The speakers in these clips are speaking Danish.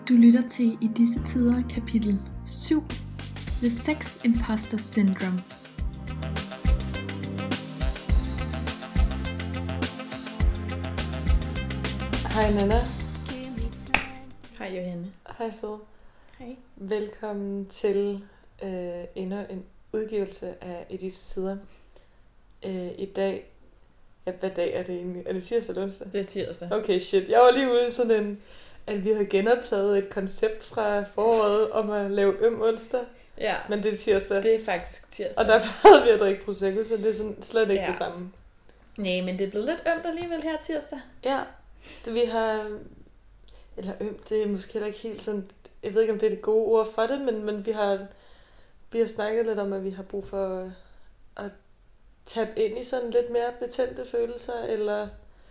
Du lytter til I disse tider kapitel 7, The Sex Imposter Syndrome. Hej Nana. Hej Johanne. Hej så. Hej. Velkommen til endnu en udgivelse af I disse tider. I dag, hvad dag er det egentlig? Er det tirsdag eller onsdag? Det er tirsdag. Okay, shit. Jeg var lige ude i sådan en, at vi havde genoptaget et koncept fra foråret om at lave onsdag. Ja. Men det er tirsdag. Det er faktisk tirsdag. Og der havde vi at drikke Prosecco, så det er sådan slet ikke det samme. Nej, men det er blevet lidt ømt alligevel her tirsdag. Ja, det vi har... Eller det er måske heller ikke helt sådan... Jeg ved ikke, om det er det gode ord for det, men vi har snakket lidt om, at vi har brug for at tabe ind i sådan lidt mere betændte følelser, eller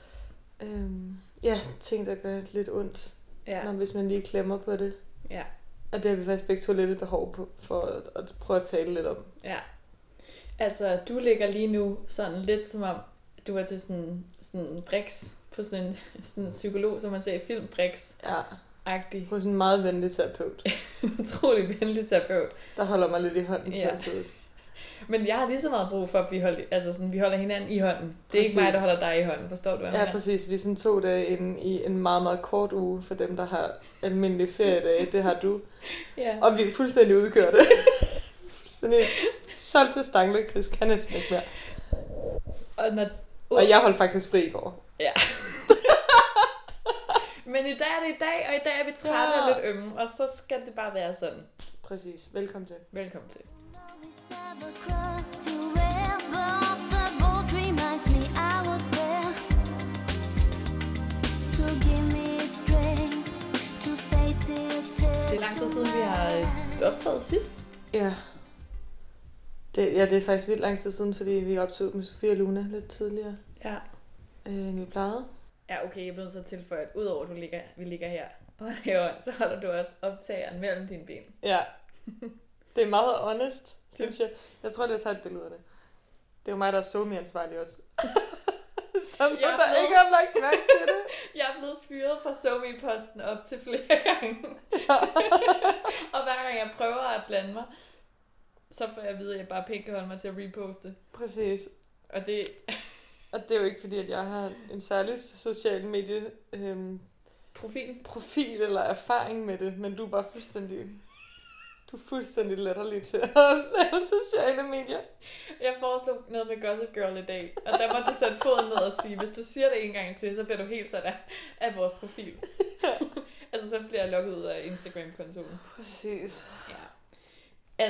ting, der gør lidt ondt, hvis man lige klemmer på det. Ja. Og det har vi faktisk begge to lidt et behov på, for at prøve at tale lidt om. Ja. Altså, du ligger lige nu sådan lidt som om, du var til sådan en Brix, på sådan en psykolog, som man siger, film Brix. Ja. Agtig. Hos en meget venlig terapeut. Utrolig venlig terapeut. Der holder mig lidt i hånden samtidig. Men jeg har lige så meget brug for at blive holdt, altså sådan, vi holder hinanden i hånden. Det er ikke mig, der holder dig i hånden, forstår du? Ja, præcis. Vi er sådan 2 dage inde i en meget, meget kort uge for dem, der har almindelige feriedage. Det har du. Ja. Og vi er fuldstændig udkørte. Fuldstændig solgt til stangløkris, kan næsten ikke mere. Og jeg holdt faktisk fri i går. Ja. Men i dag er det i dag, og i dag er vi trætte og lidt ømme, og så skal det bare være sådan. Præcis. Velkommen til. Velkommen til. Det er lang tid siden, vi har optaget sidst. Ja. Det er faktisk vildt lang tid siden, fordi vi optog med Sofie og Luna lidt tidligere. Ja. End vi plejede. Ja, okay, jeg bliver nødt til at tilføje, at udover at vi ligger her og laver, så holder du også optageren mellem dine ben. Ja. Det er meget honest, synes jeg. Jeg tror, jeg tager et billede af det. Det er jo mig, der er SoMe-ansvarlig også. Som der ikke har lagt mærke til det. Jeg er blevet fyret fra SoMe-posten op til flere gange. Ja. Og hver gang jeg prøver at blande mig, så får jeg at vide, at jeg bare pænt kan holde mig til at reposte. Præcis. Og det er jo ikke fordi, at jeg har en særlig social medie profil eller erfaring med det, men du er bare fuldstændig latterlig til at lave sociale medier. Jeg foreslog noget med Gossip Girl i dag, og der måtte du sætte foden ned og sige, hvis du siger det en gang til, så bliver du helt sat af vores profil. Altså, så bliver jeg logget ud af Instagram-kontoen. Præcis. Ja.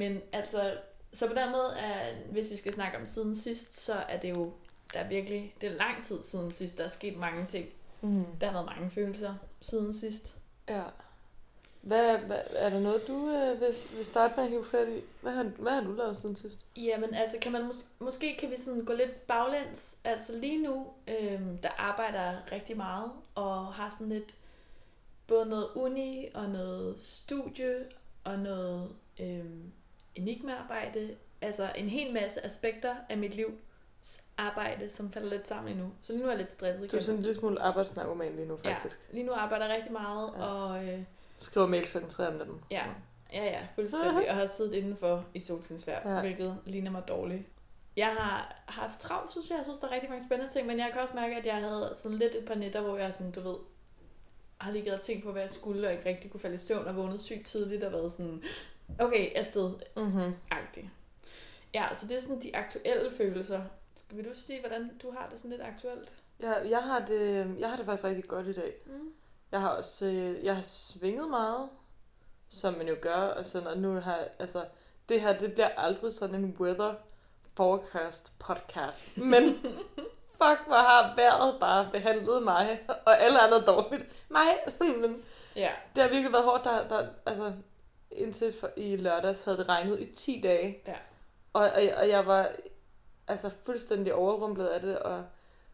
Så på den måde, hvis vi skal snakke om siden sidst, så er det jo, det er lang tid siden sidst, der er sket mange ting. Mm. Der har været mange følelser siden sidst. Ja. Hvad er der noget, du vil starte med at hive fat i? Hvad har du lavet siden sidst? Jamen, altså, måske kan vi sådan gå lidt baglæns. Altså lige nu, der arbejder jeg rigtig meget, og har sådan lidt både noget uni, og noget studie, og noget enigma-arbejde. Altså en hel masse aspekter af mit liv arbejde, som falder lidt sammen endnu. Så lige nu er jeg lidt stresset. Du er sådan en lille smule arbejdsnarkoman lige nu, faktisk. Ja, lige nu arbejder jeg rigtig meget, og... Skriver mail klokken 3 om natten. Ja, fuldstændig. Og har siddet indenfor i solskinsvejr, hvilket ligner mig dårligt. Jeg har haft travlt, synes jeg. Jeg synes, der er rigtig mange spændende ting, men jeg kan også mærke, at jeg havde sådan lidt et par nætter, hvor jeg sådan, har lige gået og tænkt på, hvad jeg skulle, og ikke rigtig kunne falde i søvn, og vågnet sygt tidligt, og været sådan, okay, afsted. Agtigt. Ja, så det er sådan de aktuelle følelser. Vil du sige, hvordan du har det sådan lidt aktuelt? Ja, jeg har det faktisk rigtig godt i dag. Jeg har svinget meget, som man jo gør, og sådan, og nu har det her, det bliver aldrig sådan en weather forecast podcast, men fuck, hvor har vejret bare behandlet mig, og alle andre dårligt. Men det har virkelig været hårdt, der indtil i lørdags havde det regnet i 10 dage, og jeg var fuldstændig overrumplet af det, og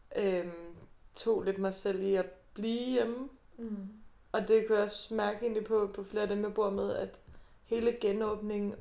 tog lidt mig selv i at blive hjemme. Og det kunne jeg også mærke egentlig på flere af dem, jeg bor med, at hele genåbning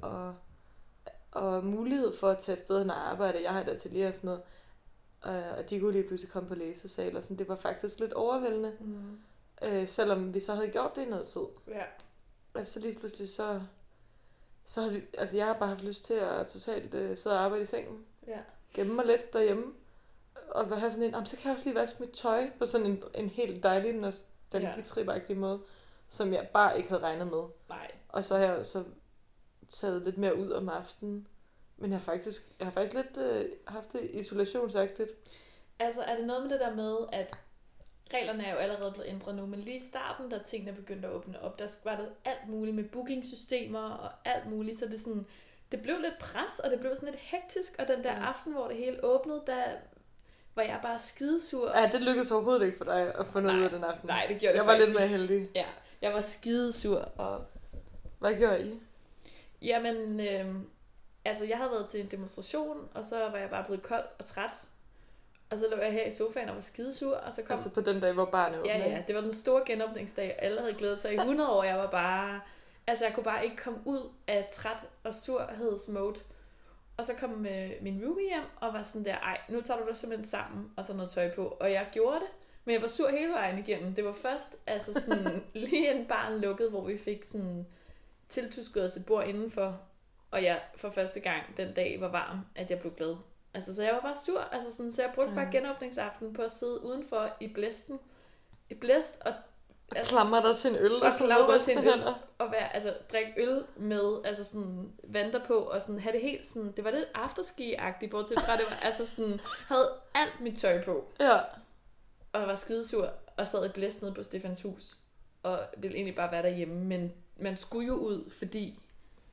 og mulighed for at tage et sted hen og arbejde, jeg har et atelier og sådan noget, og de kunne lige pludselig komme på læsesal og sådan, det var faktisk lidt overvældende. selvom vi så havde gjort det i noget tid. Ja. Altså lige pludselig så havde vi, altså jeg har bare haft lyst til at totalt sidde og arbejde i sengen. Ja. Gemme mig lidt derhjemme. Og have sådan så kan jeg også lige vaske mit tøj på sådan en helt dejlig nostalgitrip-agtig måde, som jeg bare ikke havde regnet med. Nej. Og så har jeg så taget lidt mere ud om aftenen. Men jeg har faktisk lidt haft det isolationsagtigt. Altså er det noget med det der med, at reglerne er jo allerede blevet ændret nu, men lige i starten, da tingene begyndte at åbne op, der var der alt muligt med bookingsystemer og alt muligt, så det sådan, det blev lidt pres, og det blev sådan lidt hektisk, og den der aften, hvor det hele åbnede, der var jeg bare skidesur. Ja, det lykkedes overhovedet ikke for dig at få noget ud af den aften. Nej, det gjorde det jeg var faktisk lidt mere heldig. Ja, jeg var skidesur. Og hvad gjorde I? Jamen, altså jeg havde været til en demonstration, og så var jeg bare blevet kold og træt. Og så lå jeg her i sofaen og var skidesur, og så kom... Altså på den dag, hvor barnet åbnede? Ja, det var den store genåbningsdag, og alle havde glædet sig i 100 år. Jeg var bare... Altså jeg kunne bare ikke komme ud af træt og surhedsmode. Og så kom min roomie hjem og var sådan der, ej, nu tager du dig simpelthen sammen, og så noget tøj på. Og jeg gjorde det, men jeg var sur hele vejen igennem. Det var først altså sådan, lige en barn lukket, hvor vi fik sådan tiltusket os et bord indenfor. Og jeg for første gang den dag var varm, at jeg blev glad. Altså, så jeg var bare sur. Altså, sådan, så jeg brugte bare genåbningsaften på at sidde udenfor i blæsten. I blæst og... Altså, klamrer dig til en øl. Og klamrer til en øl. Og drikke øl med, altså sådan, vandre på, og sådan have det helt sådan... Det var lidt afterski-agtigt, bortset fra det var, altså sådan... Havde alt mit tøj på. Ja. Og var skidesur, og sad i blæst nede på Stefans hus. Og ville egentlig bare være derhjemme, men man skulle jo ud, fordi...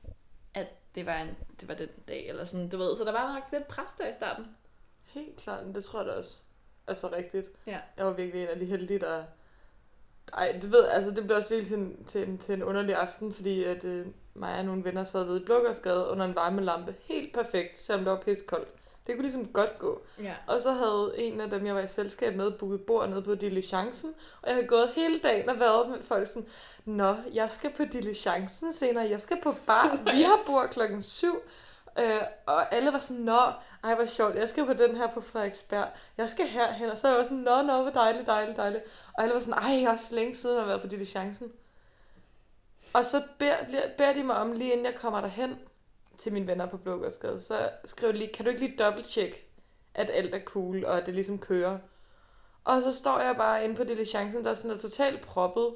at det var den dag, eller sådan, du ved. Så der var nok lidt pres der i starten. Helt klart, det tror jeg da også. Altså rigtigt. Ja. Jeg var virkelig en af de heldige, der... Ej, du ved, altså det blev også virkelig til en underlig aften, fordi at mig og nogle venner sad ved i Blågårdsgade under en varmelampe. Helt perfekt, selvom det var pissekoldt. Det kunne ligesom godt gå. Ja. Og så havde en af dem, jeg var i selskab med, booket bord nede på Diligencen. Og jeg havde gået hele dagen og været med folk sådan, nå, jeg skal på Diligencen senere, jeg skal på bar, vi har bord 7:00. Og alle var sådan, nå, ej hvor sjovt, jeg skal på den her på Frederiksberg, jeg skal herhen. Og så var jeg sådan, nå, hvor dejligt. Og alle var sådan, ej, jeg er også længe siden at være på Diligencen. Og så beder de mig om, lige inden jeg kommer derhen til mine venner på Blågårdsgade, så skriver de lige, kan du ikke lige dobbelttjekke, at alt er cool, og at det ligesom kører. Og så står jeg bare inde på Diligencen, der er sådan totalt proppet,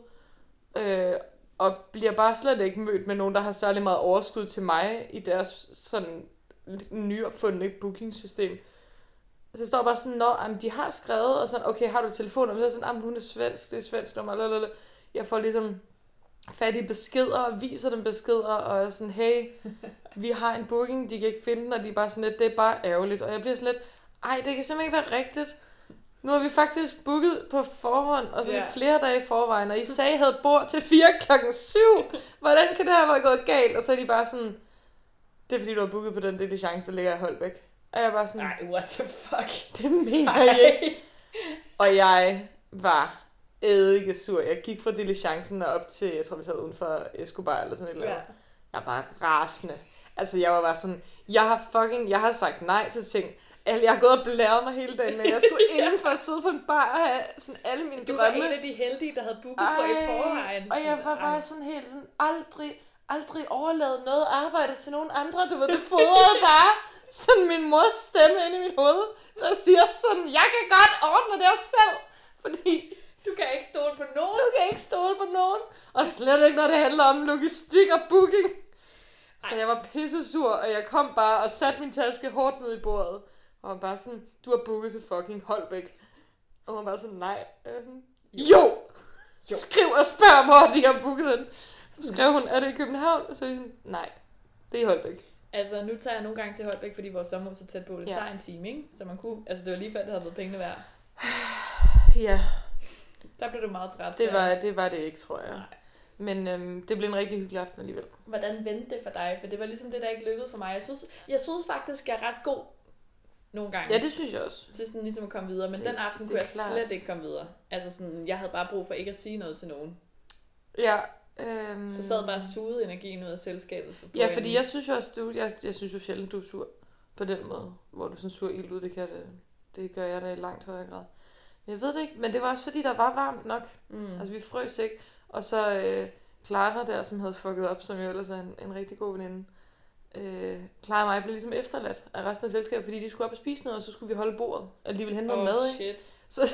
og bliver bare slet ikke mødt med nogen, der har særlig meget overskud til mig i deres sådan nyopfundne bookingsystem. Så jeg står bare sådan, nå, de har skrevet, og sådan, okay, har du telefonnummer? Så er sådan, hun er svensk, det er svensk nummer, jeg får ligesom fat i beskeder, og viser dem beskeder, og er sådan, hey, vi har en booking, de kan ikke finde den, og de er bare sådan lidt, det er bare ærgerligt. Og jeg bliver sådan lidt, ej, det kan simpelthen ikke være rigtigt. Nu har vi faktisk booket på forhånd, og sådan flere dage i forvejen, og I sagde, I havde bord til 7:00. Hvordan kan det have været gået galt? Og så er de bare sådan, det er fordi, du har booket på den diligence, der ligger i Holbæk. Og jeg er bare sådan, ej, what the fuck? Det mener jeg ikke. Og jeg var eddike sur. Jeg gik fra diligencen og op til, jeg tror vi sad uden for Escobar eller sådan et eller andet. Jeg var bare rasende. Altså jeg var bare sådan, jeg har sagt nej til ting. Jeg har gået og blæret mig hele dagen, men jeg skulle indenfor at sidde på en bar og have sådan alle mine drømme. Du var en af de heldige, der havde booket for i forvejen. Og jeg var bare sådan helt sådan, aldrig overladet noget arbejde til nogen andre. Du ved, det fodrede bare sådan min mors stemme inde i mit hoved, der siger sådan, jeg kan godt ordne det selv. Fordi du kan ikke stole på nogen. Du kan ikke stole på nogen. Og slet ikke, når det handler om logistik og booking. Så jeg var pissesur, og jeg kom bare og satte min taske hårdt ned i bordet. Og var bare sådan, du har booket til fucking Holbæk. Og hun var bare sådan, nej. Og jeg var sådan, jo! Skriv og spørg, hvor de har booket den. Så skrev hun, er det i København? Og så er jeg sådan, nej, det er i Holbæk. Altså, nu tager jeg nogle gange til Holbæk, fordi vores sommerhus er tæt på. Det tager en time, ikke? Så man kunne, altså det var lige før, det havde været pengene værd. Ja. Der blev du meget træt. Det var det ikke, tror jeg. Nej. Men det blev en rigtig hyggelig aften alligevel. Hvordan vendte det for dig? For det var ligesom det, der ikke lykkedes for mig. Jeg synes faktisk, jeg er ret god nogle gange. Ja, det synes jeg også. Til sådan ligesom at komme videre. Men den aften kunne jeg slet ikke komme videre. Altså sådan, jeg havde bare brug for ikke at sige noget til nogen. Ja. Så sad bare suget energien ud af selskabet. Ja, fordi jeg synes jo også, jeg synes jo sjældent, du er sur på den måde. Hvor du sådan sur ild ud, det gør jeg da i langt højere grad. Jeg ved det ikke, men det var også fordi, der var varmt nok. Altså, vi frøs ikke. Og så Clara der, som havde fucket op, som jo ellers er en rigtig god veninde. Clara og mig blev ligesom efterladt af resten af selskabet, fordi de skulle op og spise noget, og så skulle vi holde bordet. Og de ville hente noget mad, ikke? Så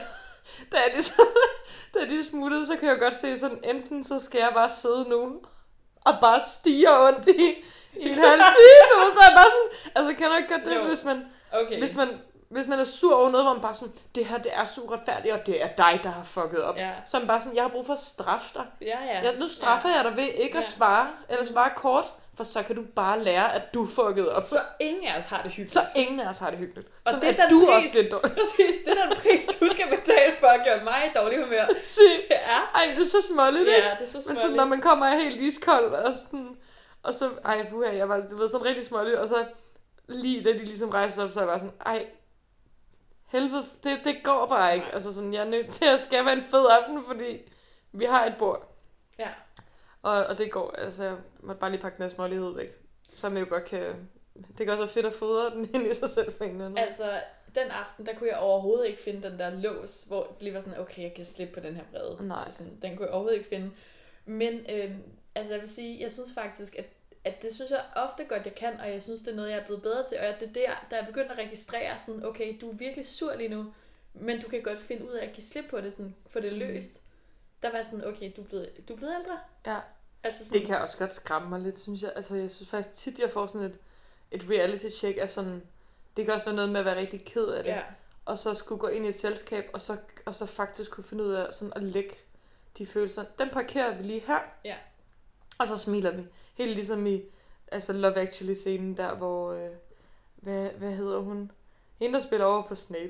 da de smuttede, så kan jeg godt se sådan, enten så skal jeg bare sidde nu og bare stige ondt i en halv time. Så er jeg bare sådan, altså kan du ikke godt det, hvis man er sur over noget, hvor man bare sådan, det her det er så uretfærdigt, og det er dig, der har fucket op. Ja. Så er man bare sådan, jeg har brug for at straffe dig. Nu straffer jeg dig ved ikke at svare, eller svare kort, for så kan du bare lære, at du fuckede op. Så ingen af os har det hyggeligt. Og som det er du også bliver dårlig. Præcis, det er den pris, du skal betale for at gøre mig i dårlig humør. Ej, det er så småligt, ikke? Ja, det er så småligt. Men så, når man kommer helt iskold, og så, jeg var sådan rigtig småligt, og så lige da de ligesom rejser op, så jeg var sådan, helvede, det går bare ikke. Altså sådan, jeg er nødt til at skabe en fed aften, fordi vi har et bord. Ja. Og det går, altså jeg måtte bare lige pakke den her smålighed væk. Som jeg jo godt kan, det kan også være fedt at fodre den ind i sig selv på en eller anden. Altså, den aften, der kunne jeg overhovedet ikke finde den der lås, hvor det lige var sådan, okay, jeg kan slippe på den her brede. Nej. Sådan, den kunne jeg overhovedet ikke finde. Men altså jeg vil sige, jeg synes faktisk, at det synes jeg ofte godt, jeg kan, og jeg synes, det er noget, jeg er blevet bedre til. Og det er der jeg begyndte at registrere sådan, okay, du er virkelig sur lige nu, men du kan godt finde ud af at give slip på det, sådan, få det løst. Der var sådan, okay, du er blevet ældre. Ja, altså sådan, det kan også godt skræmme mig lidt, synes jeg. Altså jeg synes faktisk tit, jeg får sådan et reality check af sådan, det kan også være noget med at være rigtig ked af det. Ja. Og så skulle gå ind i et selskab, og så faktisk kunne finde ud af sådan at lægge de følelser. Den parkerer vi lige her. Ja. Og så smiler vi. Helt ligesom i Love Actually-scenen der, hvor... hvad hedder hun? Hende, der spiller over for Snape.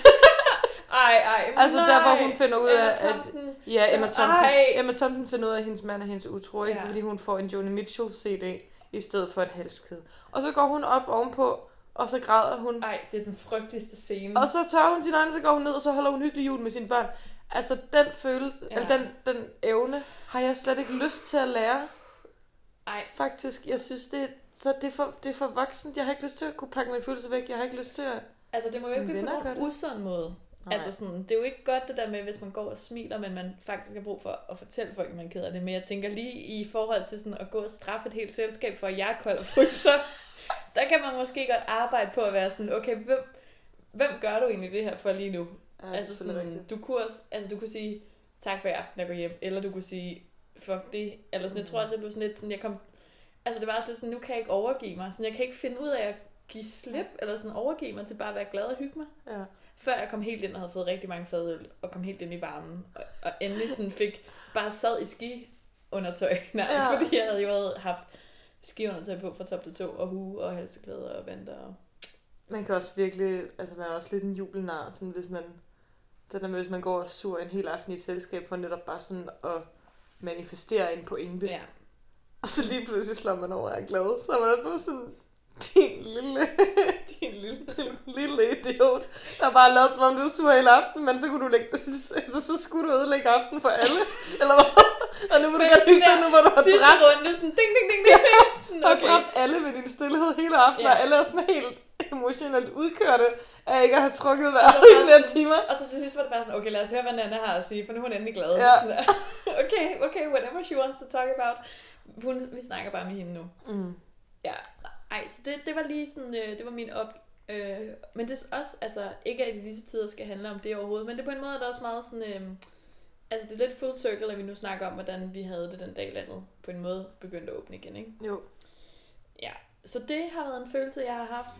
Altså nej. der, hvor hun finder ud af... Emma Thompson. Ej. Emma Thompson finder ud af, at hendes mand er hendes utro, ikke? Fordi hun får en Joni Mitchell CD i stedet for et halskæde. Og så går hun op ovenpå, og så græder hun. Nej, det er den frygteligste scene. Og så tørrer hun sin øjne, så går hun ned, og så holder hun hyggelig jul med sine børn. Altså den følelse, eller den evne, har jeg slet ikke lyst til at lære. Ej. Faktisk, jeg synes, det er for voksent. Jeg har ikke lyst til at kunne pakke mine følelser væk. Jeg har ikke lyst til at... Altså, det må jo ikke blive på en usund måde. Nej. Altså sådan, det er jo ikke godt det der med, hvis man går og smiler, men man faktisk har brug for at fortælle folk, at man keder det. Men jeg tænker lige i forhold til sådan at gå og straffe et helt selskab for, at jeg er kold og fryser, der kan man måske godt arbejde på at være sådan, okay, hvem gør du egentlig det her for lige nu? Ja, altså sådan, du kunne sige, tak for i aften, jeg går hjem, eller du kunne sige, fuck det, eller sådan, jeg tror også, at du sådan lidt sådan, det var sådan, nu kan jeg ikke overgive mig, sådan, jeg kan ikke finde ud af at give slip, eller sådan overgive mig til bare at være glad og hygge mig. Ja. Før jeg kom helt ind og havde fået rigtig mange fadøl, og kom helt ind i varmen, og endelig sådan bare sad i skiundertøj nærmest, fordi jeg havde jo haft skiundertøj på fra top til tå, og hue og halseklæder og vanter. Og... Man kan også virkelig, altså man er også lidt en jubelnar, sådan hvis man går sur en hel aften i et selskab, for netop bare sådan at manifestere en pointe. Ja. Og så lige pludselig slår man over og er glad, så er man bare sådan... Din lille idiot, der bare lavet som om du er sur hele aften, men så kunne du så skulle du ødelægge aften for alle, eller hvad? Og nu må du godt hygge dig, nu hvor du har dræbt runde, sådan ding, ding, ding, ding. Sådan, okay. Og dræbt alle ved din stillhed hele aften, og alle er sådan helt emotionelt udkørte af ikke at have trukket vejret i flere timer. Og så til sidst var det bare sådan, okay, lad os høre, hvad Nana har at sige, for nu er hun endelig glad. Ja. Okay, whatever she wants to talk about. Vi snakker bare med hende nu. Mm. Ja, ej, så det var lige sådan, det var min men det er også, altså, ikke at i disse tider skal handle om det overhovedet, men det på en måde er det også meget sådan, altså det er lidt full circle, at vi nu snakker om, hvordan vi havde det den dag landet på en måde begyndte at åbne igen, ikke? Jo. Ja, så det har været en følelse, jeg har haft.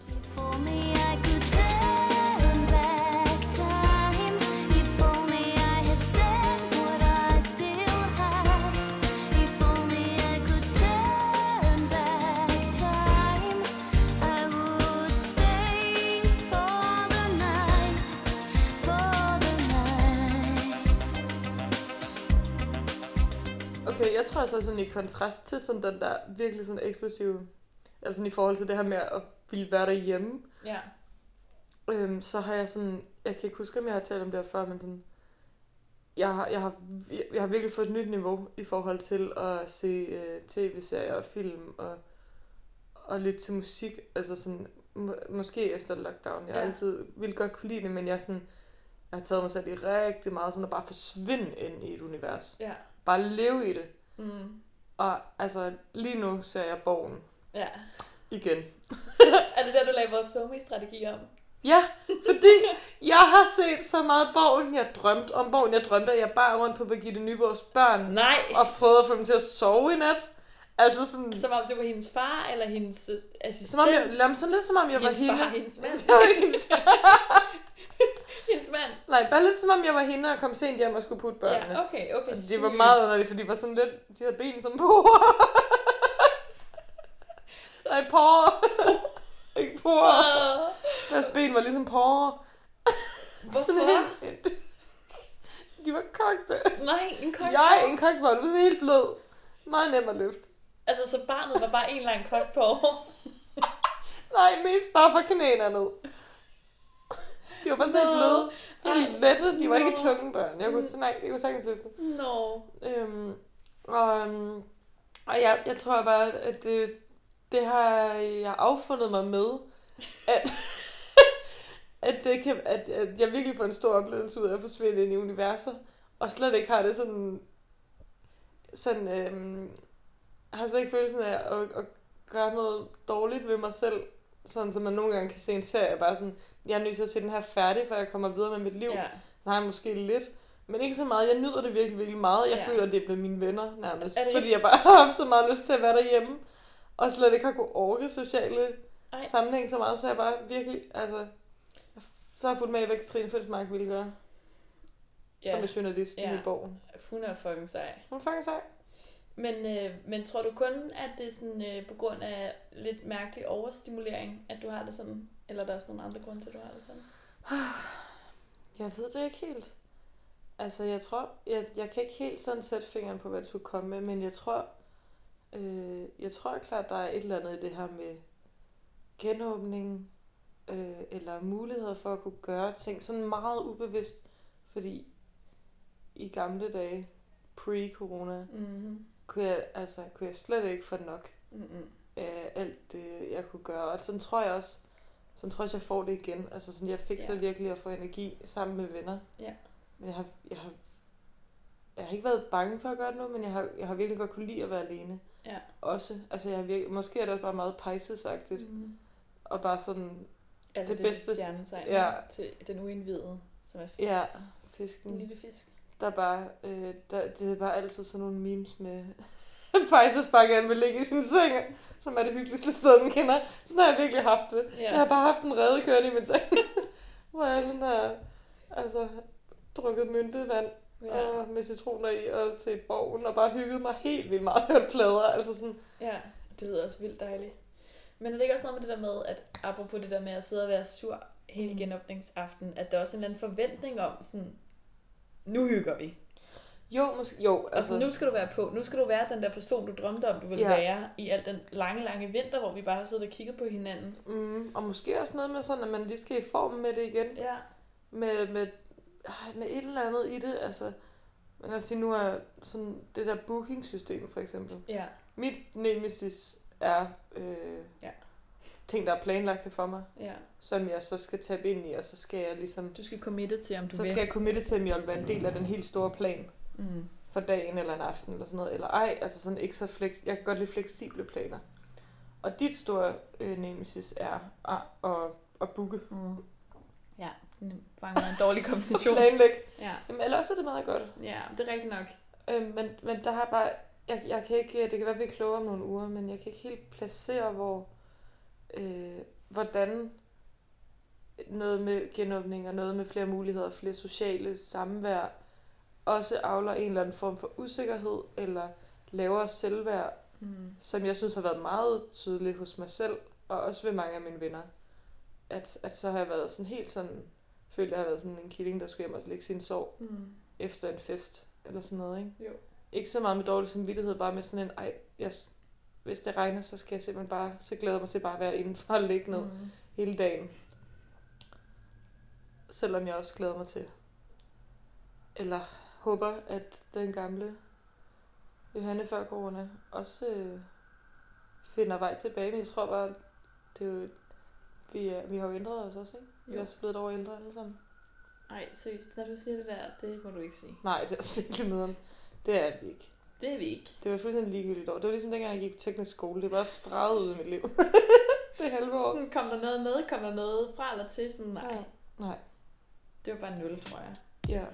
Okay, jeg tror så sådan i kontrast til sådan den der virkelig sådan eksplosive, altså sådan i forhold til det her med at ville være derhjemme. Ja. Så har jeg sådan, jeg kan ikke huske, om jeg har talt om det her før, men sådan, jeg har virkelig fået et nyt niveau i forhold til at se tv-serier og film og lidt til musik, altså sådan måske efter lockdown. Jeg har altid ville godt kunne lide det, men jeg sådan Jeg har taget mig selv i rigtig meget sådan at bare forsvinde ind i et univers. Ja. Bare leve i det. Mm. Og altså, lige nu ser jeg Borgen. Ja. Igen. Er det der, du lagde vores SoMe-strategi om? Ja, fordi jeg har set så meget Borgen. Jeg drømte om Borgen. Jeg drømte, at jeg bare rundt på Birgitte Nyborgs børn. Nej! Og prøvede at få dem til at sove i nat. Altså sådan... Som om det var hendes far, eller hendes assistent? Sådan lidt som om jeg hendes var hende. Far, hendes mand. Hendes mand. Nej, bare lidt som om jeg var hende og kom sent hjem og skulle putte børnene. Ja, okay, Altså, de var meget underlige, for de var sådan lidt... De havde ben som porer. Nej, porer. Ikke porer. Deres ben var ligesom porer. Hvorfor? De var kogte. Nej, en kogt. Jeg en kogt var sådan helt blød. Meget nem at løfte. Altså, så barnet var bare en lang kogt på år? Nej, mest bare fra knæene ned. De var bare sådan helt bløde. Helt lette. De var ikke tunge børn. Jeg kunne sagtens løfte. Og jeg tror bare, at det har jeg affundet mig med, at jeg virkelig får en stor oplevelse ud af at forsvinde ind i universet, og slet ikke har det har slet ikke følelsen af at gøre noget dårligt ved mig selv, sådan som man nogle gange kan se en serie, bare sådan, jeg er nødt til at se den her færdig, før jeg kommer videre med mit liv. Ja. Nej, måske lidt, men ikke så meget. Jeg nyder det virkelig, virkelig meget. Jeg føler, at det er blevet mine venner nærmest, fordi jeg bare har haft så meget lyst til at være derhjemme, og slet ikke har kunnet orke sociale sammenhæng så meget, så jeg bare virkelig, altså, så har jeg fulgt med i, hvad Katrine Fødsmark ville gøre, som er journalisten i Borgen. Hun er fucking sej. Hun er fucking sej. Men tror du kun, at det er sådan på grund af lidt mærkelig overstimulering, at du har det sådan? Eller er der også nogle andre grunde til, at du har det sådan? Jeg ved det ikke helt. Altså, jeg tror, jeg kan ikke helt sådan sætte fingeren på, hvad det skulle komme med, men jeg tror klart, der er et eller andet i det her med genåbning, eller muligheder for at kunne gøre ting sådan meget ubevidst, fordi i gamle dage, pre-corona, kunne jeg slet ikke få nok af alt det, jeg kunne gøre. Og sådan tror jeg også, jeg får det igen. Altså sådan, jeg fik så virkelig at få energi sammen med venner. Ja. Men jeg har ikke været bange for at gøre det nu, men jeg har virkelig godt kunne lide at være alene. Ja. Også. Altså måske er det også bare meget Pisces-agtigt. Og bare sådan altså det bedste stjernetegn til den uindvidede, som er fisk. Ja, fisken. En lille fisk. Der er bare, det er bare altid sådan nogle memes med Pisces bare gerne vil ligge i sin seng, som er det hyggeligste sted, den kender. Sådan har jeg virkelig haft det. Ja. Jeg har bare haft en rede kørende i min seng, hvor jeg sådan har drukket myntevand og med citroner i og til Borgen, og bare hygget mig helt vildt meget hørt plader. Altså sådan. Ja, det lyder også vildt dejligt. Men er det ikke også noget med det der med, at apropos det der med at sidde og være sur hele genåbningsaften, at der er også en eller anden forventning om sådan, nu hygger vi. Jo. Altså nu skal du være på. Nu skal du være den der person, du drømte om, du ville være i al den lange vinter, hvor vi bare har siddet og kigget på hinanden. Og måske også noget med sådan, at man lige skal i form med det igen. Ja. Med et eller andet i det. Altså, man kan sige, nu er sådan det der booking-system for eksempel. Ja. Mit nemesis er ting, der er planlagte for mig, som jeg så skal tabe ind i, og så skal jeg ligesom... Du skal committe til, om du vil. Så skal jeg committe til, om jeg vil være en del af den helt store plan for dagen eller en aften eller sådan noget, eller ej, altså sådan ikke så jeg kan godt lide fleksible planer. Og dit store nemesis er at booke. Ja, det var en dårlig kombination. Planlæg. Ja. Jamen, eller også er det meget godt. Ja, det er rigtigt nok. Men der har bare... Jeg kan ikke... Det kan være, at vi er klogere om nogle uger, men jeg kan ikke helt placere, hvordan noget med genåbning og noget med flere muligheder og flere sociale samvær også avler en eller anden form for usikkerhed eller lavere selvværd, som jeg synes har været meget tydeligt hos mig selv og også ved mange af mine venner. At så har jeg været sådan helt sådan, følt jeg har været sådan en killing, der skulle hjem og lægge sin sorg efter en fest eller sådan noget, ikke? Jo. Ikke så meget med dårlig samvittighed, bare med sådan en, hvis det regner, så skal jeg simpelthen bare, så glæder jeg mig til bare at være indenfor og ligge ned hele dagen. Selvom jeg også glæder mig til, eller håber, at den gamle Johanne før corona også finder vej tilbage. Men jeg tror bare, det er jo, vi har jo ændret os også, ikke? Vi er også blevet over ældre alle sammen. Ej, seriøst, når du siger det der, det må du ikke sige. Nej, det er også virkelig nederen. Det er vi ikke. Det er vi ikke. Det var fuldstændig ligegyldigt år. Det var ligesom dengang, jeg gik på teknisk skole. Det var bare streget ud i mit liv. Det halve år. Sådan, kom der noget med? Kom der noget fra eller til? Sådan, nej. Ja. Nej. Det var bare 0, tror jeg. Ja.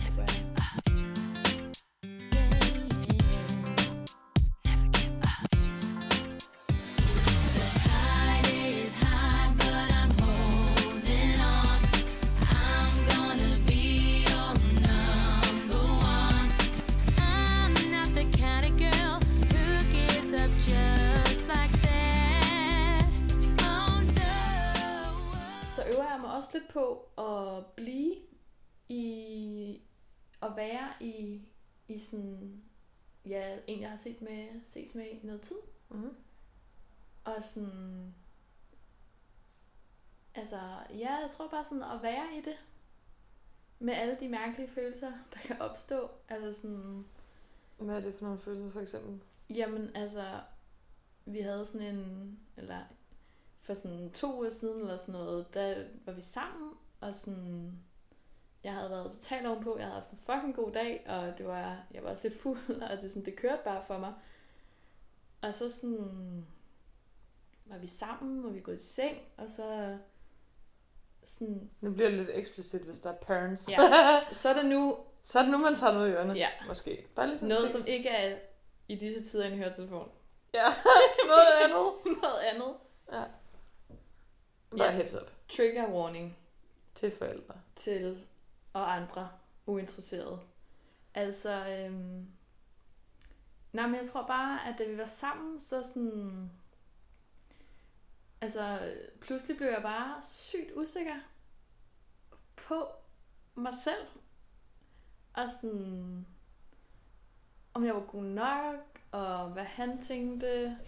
Også lidt på at blive i at være i sådan en jeg har ses med i noget tid. Mm-hmm. Og sådan altså jeg tror bare sådan at være i det med alle de mærkelige følelser der kan opstå. Altså sådan, hvad er det for nogle følelser for eksempel? Jamen altså vi havde sådan en eller for sådan 2 uger siden eller sådan noget, der var vi sammen, og sådan, jeg havde været totalt ovenpå, jeg havde haft en fucking god dag, og jeg var også lidt fuld, og det kørte bare for mig. Og så sådan, var vi sammen, og vi gået i seng, og så sådan... Nu bliver det lidt eksplicit, hvis der er parents. Ja, så er det nu, man tager noget i ørerne. Ja. Måske. Bare ligesom noget, som ikke er i disse tider en høretelefon. Ja, noget andet. Noget andet. Ja. Bare heads up. Trigger warning. Til forældre. Til og andre uinteresserede. Altså, nej, men jeg tror bare, at da vi var sammen, så sådan, altså, pludselig blev jeg bare sygt usikker på mig selv. Og sådan, om jeg var god nok, og hvad han tænkte,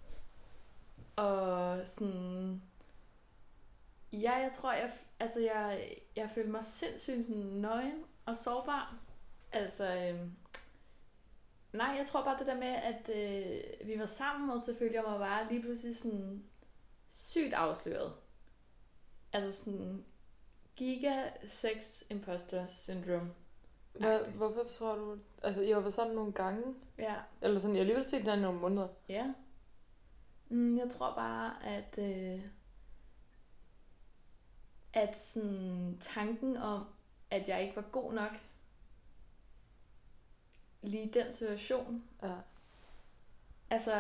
og sådan... Ja, jeg tror, jeg følte mig sindssygt nøgen og sårbar. Altså, nej, jeg tror bare det der med, at vi var sammen, og så følte jeg mig bare lige pludselig sådan sygt afsløret. Altså sådan giga sex imposter syndrome. Hvorfor tror du... Altså, I har været sammen nogle gange? Ja. Eller sådan, jeg har alligevel set den i nogle måneder. Ja. Jeg tror bare, at sådan tanken om, at jeg ikke var god nok lige i den situation. Ja. Altså,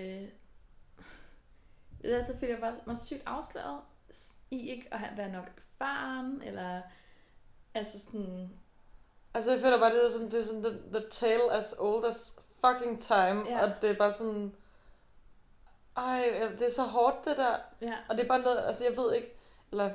der følte jeg bare mig sygt afsløret i ikke at være nok erfaren, eller altså sådan... Altså, jeg føler bare, det er sådan the tale as old as fucking time, ja. Og det er bare sådan... Ej, det er så hårdt, det der. Ja. Og det er bare noget, altså jeg ved ikke, eller...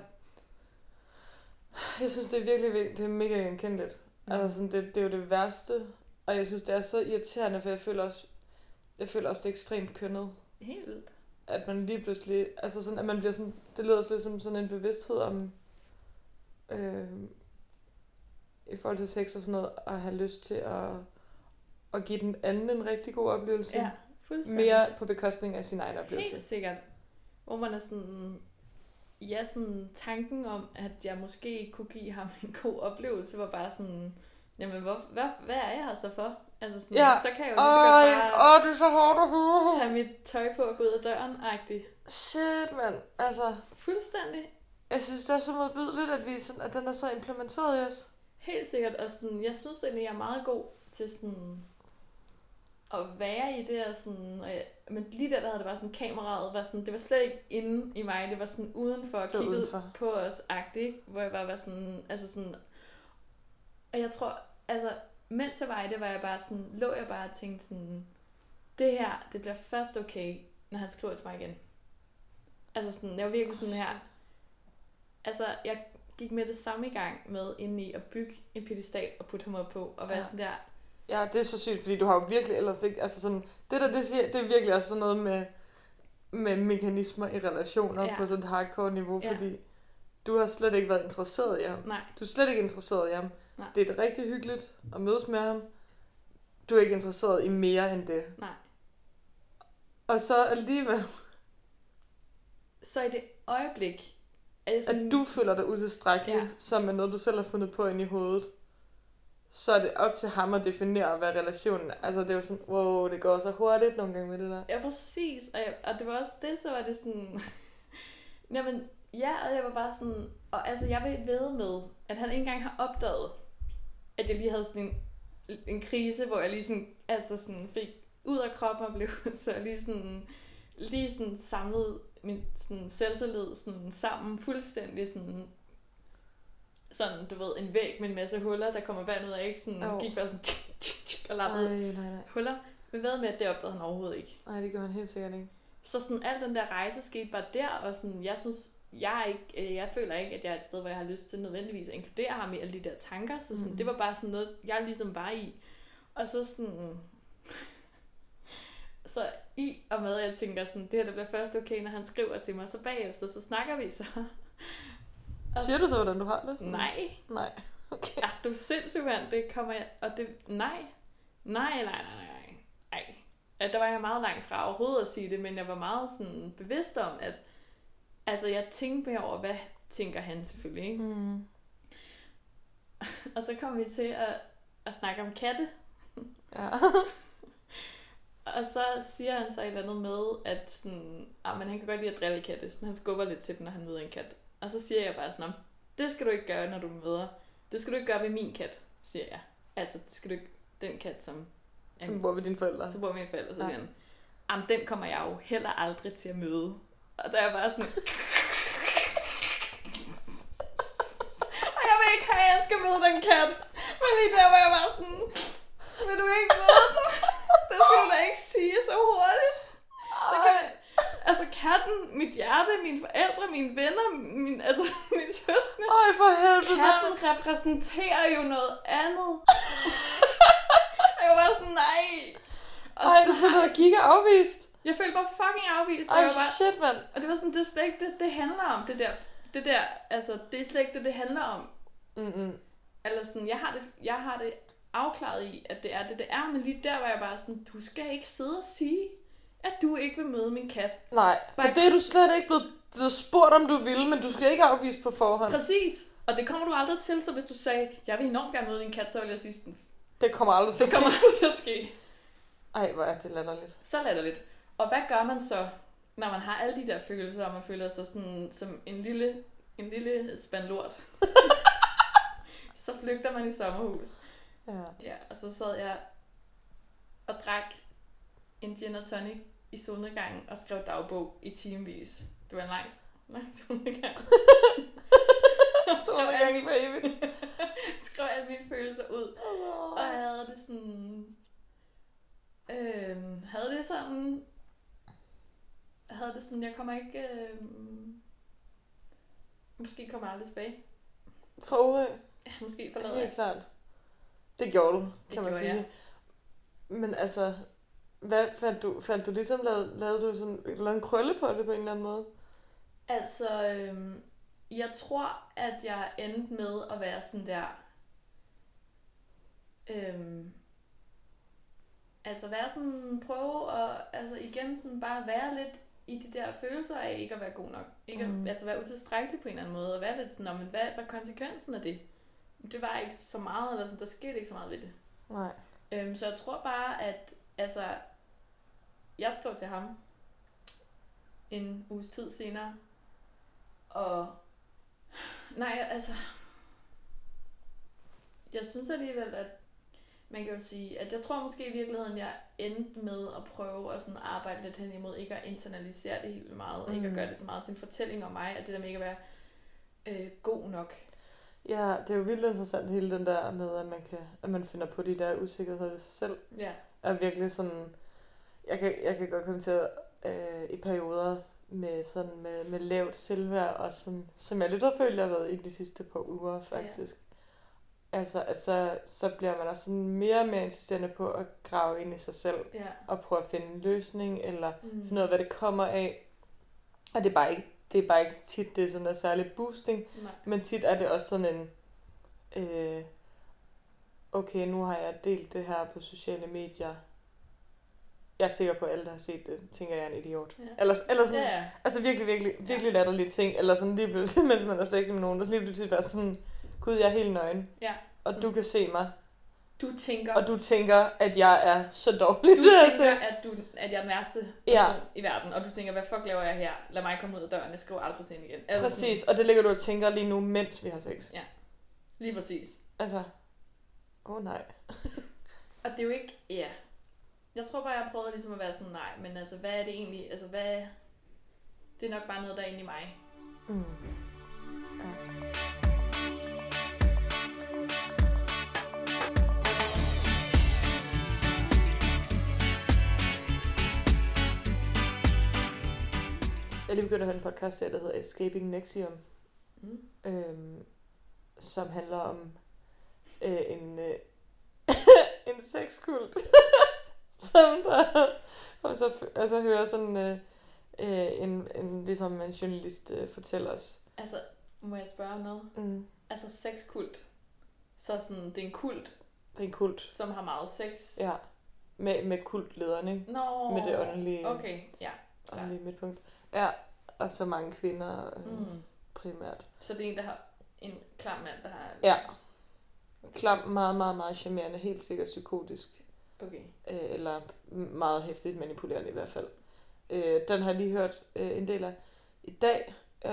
Jeg synes, det er virkelig, det er mega genkendeligt. Altså sådan, det er jo det værste, og jeg synes, det er så irriterende, for jeg føler også, det er ekstremt kønnet. Helt vildt. At man lige pludselig, altså sådan, at man bliver sådan, det lyder også lidt som sådan en bevidsthed om, i forhold til sex og sådan noget, at have lyst til at give den anden en rigtig god oplevelse. Ja, fuldstændig. Mere på bekostning af sin egen oplevelse. Helt sikkert. Hvor man er sådan... Ja, sådan tanken om, at jeg måske kunne give ham en god oplevelse, var bare sådan... Jamen, hvad er jeg her så for? Altså sådan, ja. Så kan jeg jo lige så godt bare... det er så hårdt at høre. Tage mit tøj på og gå ud af døren-agtigt. Shit, mand. Altså... Fuldstændig. Jeg synes, det er så modbydeligt, at den er så implementeret i os. Helt sikkert. Og sådan, jeg synes egentlig, jeg er meget god til sådan... at være i det og sådan... Men lige der havde det bare sådan, kameraet var sådan... Det var slet ikke inde i mig. Det var sådan udenfor og kiggede på os-agtigt. Hvor jeg bare var sådan... Altså sådan... Og jeg tror... Altså, mens jeg var i det, var jeg bare sådan... Lå jeg bare og tænkte sådan... Det her, det bliver først okay, når han skriver til mig igen. Altså sådan... Jeg var virkelig sådan her... Altså, jeg gik med det samme i gang med inde i at bygge en pedestal og putte ham op på. Og være sådan der... Ja, det er så sygt, fordi du har jo virkelig ellers ikke... Altså sådan... Det er virkelig også sådan noget med mekanismer i relationer på sådan et hardcore niveau, fordi du har slet ikke været interesseret i ham. Nej. Du er slet ikke interesseret i ham. Nej. Det er rigtig hyggeligt at mødes med ham. Du er ikke interesseret i mere end det. Nej. Og så alligevel... Så i det øjeblik, sådan, at du føler dig utilstrækkelig, Ja. som er noget, du selv har fundet på ind i hovedet, så er det op til ham at definere, hvad relationen er. Altså, det er jo sådan, wow, det går så hurtigt nogle gange med det der. Ja, præcis. Og det var også det, så var det sådan... Jamen, ja, og jeg var bare sådan... Og altså, jeg vil ved med, at han ikke engang har opdaget, at jeg lige havde sådan en krise, hvor jeg lige sådan, altså sådan fik ud af kroppen og blev så lige sådan samlet min sådan selvtillid sådan sammen fuldstændig sådan, du ved, en væg med en masse huller, der kommer vand ud af, ikke? Sådan, gik bare sådan og lappede huller. Men ved med, at det opdagede han overhovedet ikke. Nej, det gjorde han helt sikkert ikke. Så sådan, al den der rejse skete bare der, og sådan, jeg synes, jeg føler ikke, at jeg er et sted, hvor jeg har lyst til nødvendigvis at inkludere ham i alle de der tanker. Så sådan, det var bare sådan noget, jeg ligesom var i. Og så sådan... Så i og med, at jeg tænker sådan, det her der bliver først okay, når han skriver til mig, så bagefter, så snakker vi så. Siger du så, hvordan du har det? Nej. Nej. Okay. Ja, du er sindssygt vand, det kommer jeg... Og det... Nej. At der var jeg meget langt fra overhovedet at sige det, men jeg var meget sådan bevidst om, at... Altså, jeg tænkte mere over, hvad tænker han selvfølgelig, ikke? Mm. Og så kom vi til at snakke om katte. Ja. Og så siger han så et eller andet med, at sådan, men han kan godt lide at drille katte. Sådan, han skubber lidt til dem, når han møder en kat. Og så siger jeg bare sådan, det skal du ikke gøre, når du møder. Det skal du ikke gøre ved min kat, siger jeg. Altså, det skal du ikke, den kat, som bor ved dine forældre. Så bor mine forældre, så siger han, den kommer jeg jo heller aldrig til at møde. Og der er bare sådan... og jeg vil ikke have, at jeg skal møde den kat. Men lige der var jeg bare sådan, vil du ikke møde den? Det skal du da ikke sige så hurtigt. Altså katten, mit hjerte, mine forældre, mine venner, mine søskende. Øj, for helvede. Katten repræsenterer jo noget andet. Og jeg var bare sådan, nej. Ej, du følte dig gik afvist. Jeg følte bare fucking afvist. Ej, shit, mand. Og det var sådan, det er slet ikke det handler om, det der, altså, det er slet ikke det handler om. Mm-mm. Eller sådan, jeg har det afklaret i, at det er det er, men lige der var jeg bare sådan, du skal ikke sidde og sige, at du ikke vil møde min kat. Nej, for det er du slet ikke blevet spurgt, om du ville, men du skal ikke afvise på forhånd. Præcis, og det kommer du aldrig til, så hvis du sagde, jeg vil enormt gerne møde din kat, så vil jeg sige sådan, det kommer aldrig til at ske. Det kommer aldrig til at ske. Ej, hvor er det latterligt. Så latterligt. Og hvad gør man så, når man har alle de der følelser, og man føler sig sådan, som en lille spand lort? Så flygter man i sommerhus. Ja, og så sad jeg og drak en gin og tonic i solnedgangen og skrev dagbog i timevis. Det var en lang solnedgang. Solnedgang, baby. Skrev alle mine følelser ud. Og jeg havde det sådan... Havde det sådan, jeg kommer ikke... måske kommer jeg aldrig tilbage. Fra Orø? Ja, måske forlader jeg. Helt klart. Det gjorde du, kan man sige. Jeg. Men altså, hvad fandt du ligesom, lavede du sådan en krølle på det på en eller anden måde? Altså, jeg tror, at jeg endte med at være sådan der... altså være sådan, prøve at, altså igen sådan bare være lidt i de der følelser af ikke at være god nok. Ikke at, altså være utilstrækkelig på en eller anden måde, og være lidt sådan, men hvad var konsekvensen af det? Det var ikke så meget, eller sådan, der skete ikke så meget ved det. Nej. Så jeg tror bare, at altså, jeg skrev til ham en uges tid senere, og nej, altså, jeg synes alligevel, at man kan jo sige, at jeg tror måske i virkeligheden, jeg endte med at prøve at sådan arbejde lidt hen imod, ikke at internalisere det helt vildt meget, ikke at gøre det så meget til en fortælling om mig, at det der med ikke at være god nok. Ja, det er jo vildt interessant hele den der med, at man finder på de der usikkerheder ved sig selv. Ja. Er virkelig sådan, jeg kan godt komme til i perioder med lavt selvværd, og som jeg lidt har følt, jeg har været i de sidste par uger faktisk. Ja. Altså, at så bliver man også sådan mere og mere insisterende på at grave ind i sig selv, og prøve at finde en løsning, eller finde ud af, hvad det kommer af. Og det er bare ikke tit, det er sådan en særlig boosting, men tit er det også sådan en, okay, nu har jeg delt det her på sociale medier, jeg er sikker på, at alle, der har set det, tænker, jeg er en idiot. Ja. Eller sådan, Ja. altså virkelig latterlige ting, eller sådan lige pludselig, mens man har sex med nogen, og så lige pludselig være sådan, gud, jeg er helt nøgen, Ja. og du kan se mig, Og du tænker, at jeg er så dårlig du til at tænker, sex. at jeg er den værste person Ja. i verden, og du tænker, hvad fuck laver jeg her? Lad mig komme ud af døren, jeg skriver aldrig til hende igen. Altså Præcis, og det ligger du og tænker lige nu, mens vi har sex. Ja, lige præcis. Altså, nej. Og det er jo ikke, ja. Jeg tror bare, jeg prøvede ligesom at være sådan, nej, men altså, hvad er det egentlig, altså, hvad, det er nok bare noget, der er inde i mig. Mm. Ja. Jeg er lige begyndt at høre en podcast, der hedder Escaping Nexium, som handler om en sexkult, som der, og så altså, hører sådan ligesom en journalist fortæller os. Altså, må jeg spørge om noget? Altså sexkult. Så sådan, det er en kult, Det er en kult. som har meget sex. Ja, med kultlederne, ikke? Nå, Med det åndelige, okay, ja. Klar. åndelige midtpunkt. Ja, og så mange kvinder primært. Så det er en, der har en klam mand, der har... Ja. Klam, meget, meget, meget charmerende, helt sikkert psykotisk. Okay. Eller meget hæftigt manipulerende i hvert fald. Den har jeg lige hørt en del af i dag.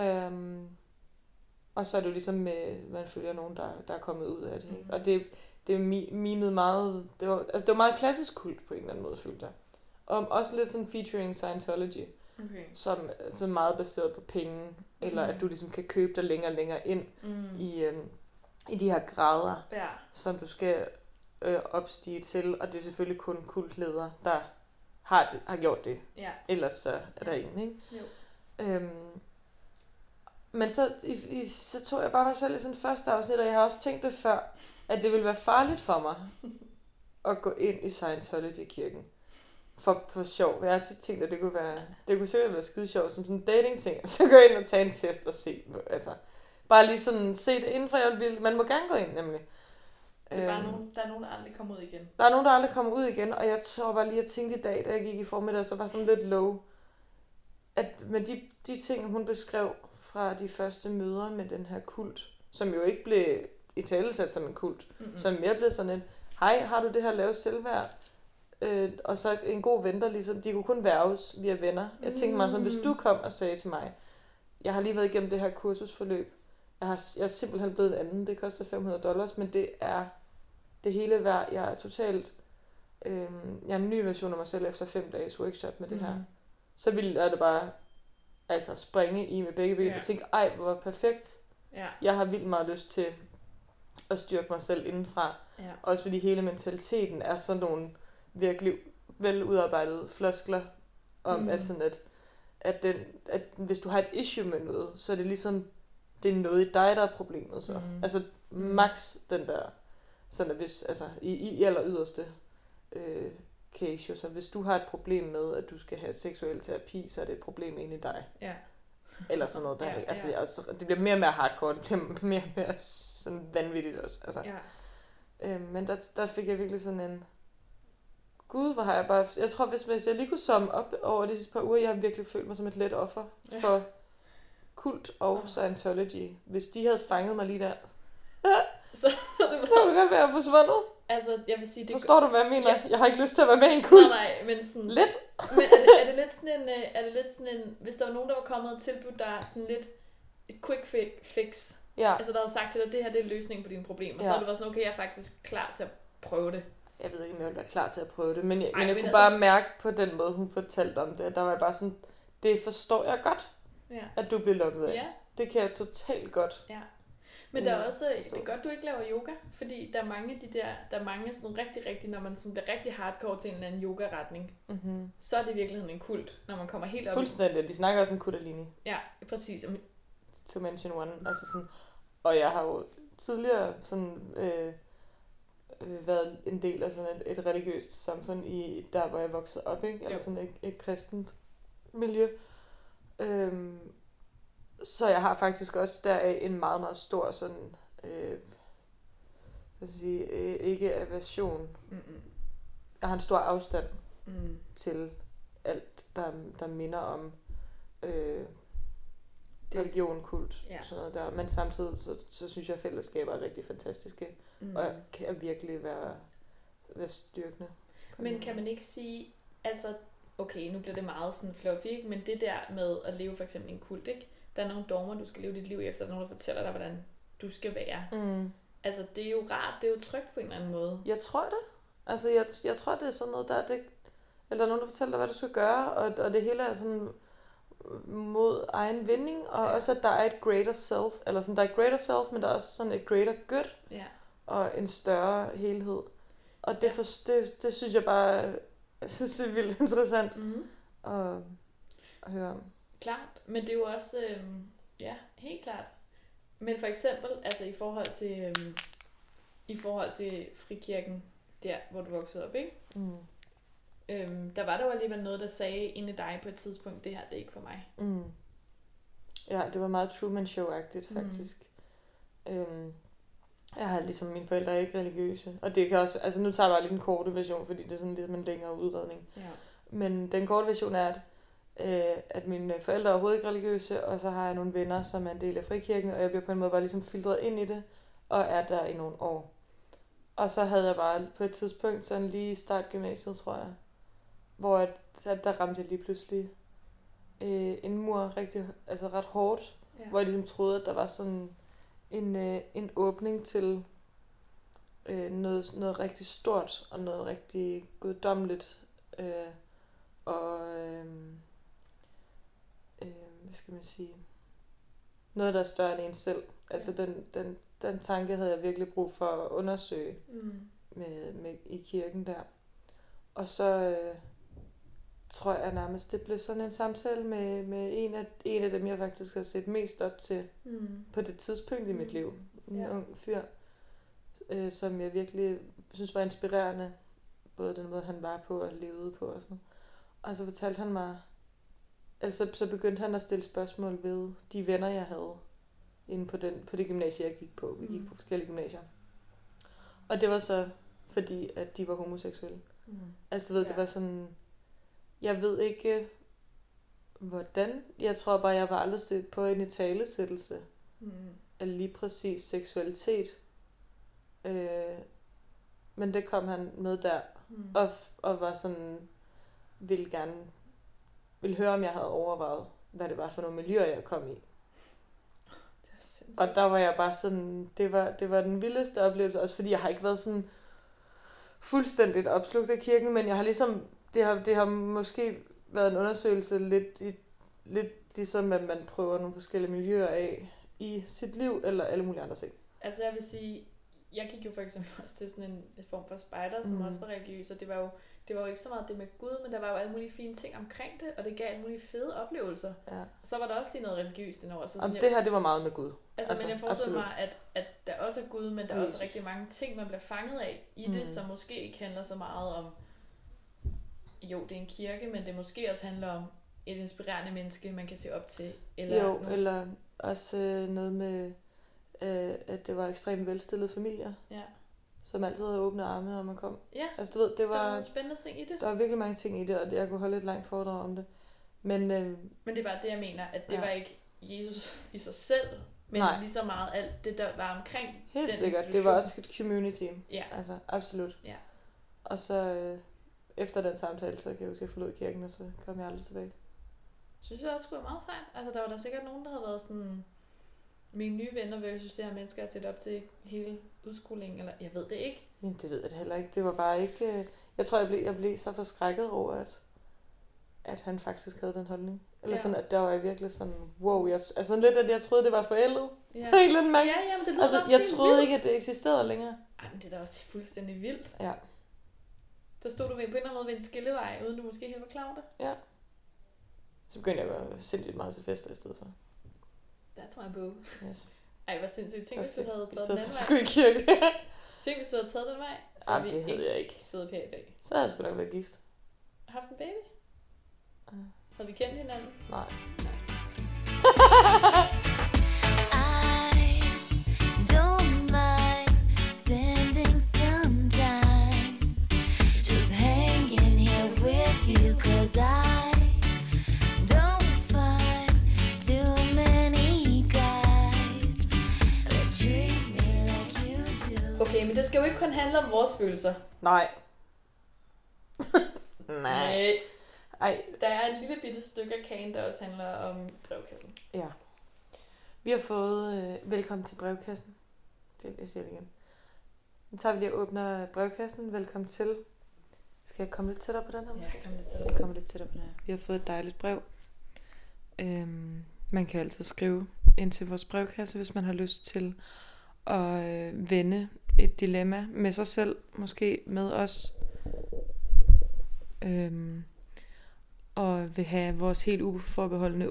Og så er det jo ligesom, man følger nogen, der er kommet ud af det. Ikke? Og det er mimet meget... Det var meget klassisk kult på en eller anden måde, følte jeg. Og også lidt sådan featuring Scientology. Okay. Som er meget baseret på penge. Eller at du ligesom kan købe dig længere og længere ind i de her grader, som du skal opstige til. Og det er selvfølgelig kun kultledere, der har gjort det. Ja. Ellers så er der ingen, ikke? Jo. Men så tog jeg bare mig selv i sådan første afsnit, og jeg har også tænkt det før, at det ville være farligt for mig at gå ind i Scientology-kirken. For sjov. Jeg har tit tænkt, at det kunne sikkert være skide sjovt som sådan en dating-ting. Og så gå ind og tage en test og se. Altså, bare lige sådan se det indenfor. Man må gerne gå ind, nemlig. Det er bare der er nogen, der aldrig kommer ud igen. Der er nogen, der aldrig kommer ud igen. Og jeg tror bare lige, at jeg tænkte i dag, da jeg gik i formiddag, så var sådan lidt low. At med de ting, hun beskrev fra de første møder med den her kult, som jo ikke blev italesat som en kult, som mere blev sådan en, hej, har du det her lave selvværd? Og så en god ven, der ligesom, de kunne kun værves via venner. Jeg tænkte mig sådan, hvis du kom og sagde til mig, jeg har lige været igennem det her kursusforløb, jeg er simpelthen blevet en anden, det koster $500, men det er det hele værd, jeg er totalt, jeg er en ny version af mig selv efter 5 dages workshop med det her. Så ville jeg det bare springe i med begge ben og tænke, ej, hvor perfekt. Ja. Jeg har vildt meget lyst til at styrke mig selv indenfra. Ja. Også fordi hele mentaliteten er sådan nogle virkelig veludarbejdede floskler om, at hvis du har et issue med noget, så er det ligesom, det er noget i dig, der er problemet. Så. Altså max den der, sådan at hvis, altså i aller yderste case, jo, så hvis du har et problem med, at du skal have seksuel terapi, så er det et problem inde i dig. Ja. Eller sådan noget der. Altså, det bliver mere og mere hardcore, det bliver mere og mere sådan vanvittigt også. Altså. Ja. Men der fik jeg virkelig sådan en, gud, hvor har jeg bare, jeg tror, hvis jeg lige kunne summe op over de sidste par uger, jeg har virkelig følt mig som et let offer for kult og Scientology. Hvis de havde fanget mig lige der, så ville det godt være forsvundet. Altså, jeg vil sige, det forstår du, hvad jeg mener? Ja. Jeg har ikke lyst til at være med i en kult. Nej, men sådan... Lidt. Men er det lidt sådan en... Hvis der var nogen, der var kommet og tilbudt dig sådan lidt et quick fix. Ja. Altså, der havde sagt til dig, det her det er løsningen på dine problemer. Så havde du været sådan, okay, jeg er faktisk klar til at prøve det. Jeg ved ikke, om jeg ville være klar til at prøve det. Men jeg kunne bare mærke på den måde, hun fortalte om det. Der var jeg bare sådan, det forstår jeg godt, at du bliver lukket af. Ja. Det kan jeg totalt godt. Ja. Men der er også, det er godt, du ikke laver yoga, fordi der er mange sådan rigtig, når man sådan bliver rigtig hardcore til en eller anden yoga-retning, så er det i virkeligheden en kult, når man kommer helt op. Fuldstændig, de snakker også om kundalini. Ja, præcis. To mention one, altså sådan, og jeg har jo tidligere sådan, været en del af sådan et religiøst samfund, der hvor jeg voksede op, ikke? Eller sådan et kristent miljø. Så jeg har faktisk også deraf en meget, meget stor sådan, ikke aversion. Jeg har en stor afstand til alt, der minder om religion, kult, sådan noget der. Men samtidig, så synes jeg, at fællesskaber er rigtig fantastiske, og kan virkelig være styrkende. Men kan man ikke sige, altså, okay, nu bliver det meget sådan fluffy, ikke? Men det der med at leve for eksempel en kult, ikke? Der er nogle dogmer, du skal leve dit liv efter, der er nogen, der fortæller dig, hvordan du skal være. Altså, det er jo rart, det er jo trygt på en eller anden måde. Jeg tror det. Altså, jeg tror, det er sådan noget, eller der er nogen, der fortæller dig, hvad du skal gøre, og det hele er sådan mod egen vinding, og også, at der er et greater self, eller sådan, der er et greater self, men der er også sådan et greater good, og en større helhed. Og det synes jeg bare, jeg synes, det er vildt interessant at høre om. Klart, men det er jo også, helt klart. Men for eksempel, altså i forhold til frikirken, der hvor du voksede op, ikke? Der var der jo alligevel noget, der sagde inde i dig på et tidspunkt, det her, det er ikke for mig. Ja, det var meget Truman Show-agtigt, faktisk. Jeg har ligesom mine forældre er ikke religiøse, og det kan også, altså nu tager jeg bare lige den korte version, fordi det er sådan lidt en længere udredning. Ja. Men den korte version er, at mine forældre er overhovedet ikke religiøse, og så har jeg nogle venner, som er en del af frikirken, og jeg bliver på en måde bare ligesom filtreret ind i det, og er der i nogle år. Og så havde jeg bare på et tidspunkt sådan lige start gymnasiet, tror jeg, hvor der ramte jeg lige pludselig en mur ret hårdt, hvor jeg ligesom troede, at der var sådan en åbning til noget rigtig stort og noget rigtig guddommeligt og hvad skal man sige, noget der er større end en selv. Altså den tanke havde jeg virkelig brug for at undersøge med i kirken der. Og så tror jeg nærmest, det blev sådan en samtale med en af dem, jeg faktisk har set mest op til på det tidspunkt i mit liv. En ung fyr, som jeg virkelig synes var inspirerende. Både den måde, han var på og levede på og sådan. Og så fortalte han mig, altså så begyndte han at stille spørgsmål ved de venner, jeg havde inde på det gymnasie, jeg gik på. Vi gik på forskellige gymnasier. Og det var så fordi, at de var homoseksuelle. Altså du ved, det var sådan, jeg ved ikke hvordan. Jeg tror bare, jeg var aldrig stødt på en italesættelse af lige præcis seksualitet. Men det kom han med der. Og var sådan, ville høre, om jeg havde overvejet, hvad det var for nogle miljøer, jeg kom i. Og der var jeg bare sådan, det var den vildeste oplevelse, også fordi jeg har ikke været sådan fuldstændigt opslugt af kirken, men jeg har ligesom, det har måske været en undersøgelse lidt ligesom, at man prøver nogle forskellige miljøer af i sit liv, eller alle mulige andre ting. Altså jeg vil sige, jeg gik jo for eksempel også til sådan en form for spejder, som også var religiøs, og det var jo ikke så meget det med Gud, men der var jo alle mulige fine ting omkring det, og det gav alle mulige fede oplevelser. Ja. Og så var der også lige noget religiøst indover. Så det her, det var meget med Gud. Altså men jeg forestiller mig, at der også er Gud, men der er også rigtig mange ting, man bliver fanget af i det, som måske ikke handler så meget om, jo, det er en kirke, men det måske også handler om et inspirerende menneske, man kan se op til. Eller også noget med, at det var ekstremt velstillede familier. Ja. Som altid havde åbne arme, når man kom. Ja, altså, du ved, det var nogle spændende ting i det. Der var virkelig mange ting i det, og jeg kunne holde et langt foredrag om det. Men det er bare det, jeg mener, at det var ikke Jesus i sig selv, men lige så meget alt det, der var omkring helt den sikkert. Det var også et community. Ja. Altså, absolut. Ja. Og så efter den samtale, så kan jeg huske, at jeg forlod kirken, og så kom jeg aldrig tilbage. Synes jeg også skulle være meget sejt. Altså, der var der sikkert nogen, der havde været sådan, mine nye venner versus det her mennesker at sætte op til hele udskolingen, eller jeg ved det ikke. Jamen, det ved jeg det heller ikke. Det var bare ikke. Jeg tror, jeg blev så forskrækket over, at han faktisk havde den holdning. Eller sådan, at der var jeg virkelig sådan, wow. Altså lidt, at jeg troede, det var forældet. Ja. Det er lidt mærkeligt. Ja, jamen, det lyder altså, jeg troede ikke, at det eksisterede længere. Ej, men det er da også fuldstændig vildt. Ja. Der stod du på en eller anden måde ved en skillevej, uden du måske helt var klar over det. Ja. Så begyndte jeg at gå sindssygt meget til fester i stedet for. That's my boo. Yes. Ej, hvor sindssygt. Tænk, hvis du havde taget den vej. I stedet for at i kirke. Tænk, hvis du havde taget den vej. Så jamen, det havde jeg ikke. Siddet her i dag. Så havde jeg sgu nok været gift. Haft en baby? Havde vi kendt hinanden? Nej. Spending some time just hanging here with det skal jo ikke kun handle om vores følelser. Nej. Nej. Ej. Der er et lille bitte stykke af kagen, der også handler om brevkassen. Ja. Vi har fået velkommen til brevkassen. Det jeg siger det igen. Nu tager vi lige og åbner brevkassen. Velkommen til. Skal jeg komme lidt tættere på den her? Ja, Jeg kommer lidt tættere på den her. Vi har fået et dejligt brev. Man kan altid skrive ind til vores brevkasse, hvis man har lyst til at vende et dilemma med sig selv, måske med os. Og vil have vores helt uforbeholdende,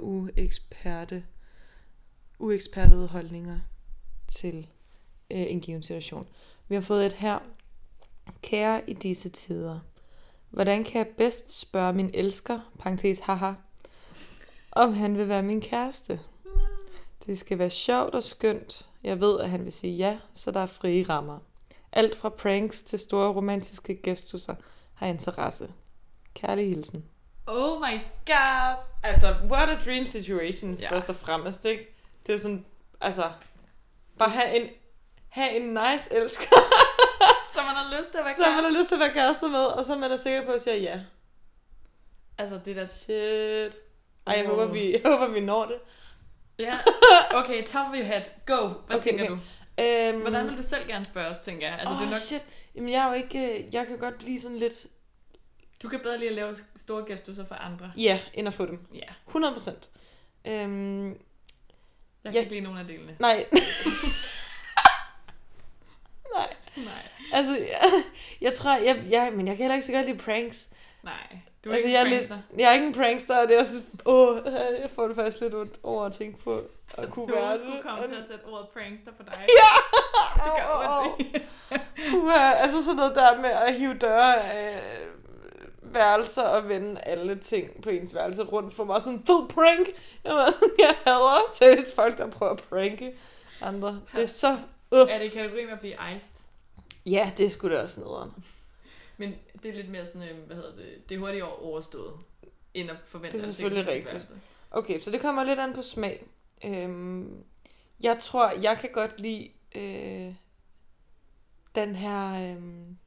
uekspertede holdninger til en given situation. Vi har fået et her. Kære i disse tider. Hvordan kan jeg bedst spørge min elsker, parentes haha, om han vil være min kæreste? Det skal være sjovt og skønt. Jeg ved, at han vil sige ja, så der er frie rammer. Alt fra pranks til store romantiske gestusser har interesse. Kærlig hilsen. Oh my god! Altså, what a dream situation, Ja. først og fremmest, ikke? Det er jo sådan, altså, bare have en nice elsker, Så man har lyst til at være så man har lyst til at være kærester med, og så man er sikker på at sige ja. Altså, det der... Shit. Ej, jeg håber, vi når det. Ja, okay, top of your head. Go. Hvad tænker du? Hvordan vil du selv gerne spørge os, tænker jeg? Altså, det er nok... shit. Jamen, jeg er jo ikke... Jeg kan godt blive sådan lidt... Du kan bedre lige at lave store gestusser for andre. Ja, end at få dem. Ja. 100%. Jeg kan ikke lide nogen af delene. Nej. Nej. Altså, jeg tror... Men jeg kan heller ikke så godt lide pranks. Nej. Du er Altså, ikke en prankster. jeg er ikke en prankster, og det er også... jeg får det faktisk lidt ondt over at tænke på at kunne være det. Nogen skulle komme til at sætte ordet prankster på dig. Ja! Det gør ondt. Altså sådan noget der med at hive døre af værelser og vende alle ting på ens værelse rundt for mig. Sådan en fed prank. Jeg hader seriøst folk, der prøver at pranke andre. Det er så... Er det i kategorien med at blive iced? Ja, det skulle da også nederen. Men det er lidt mere sådan, det er hurtigt overstået, end at forvente. Det er selvfølgelig rigtigt. Okay, så det kommer lidt an på smag. Jeg tror, jeg kan godt lide den her,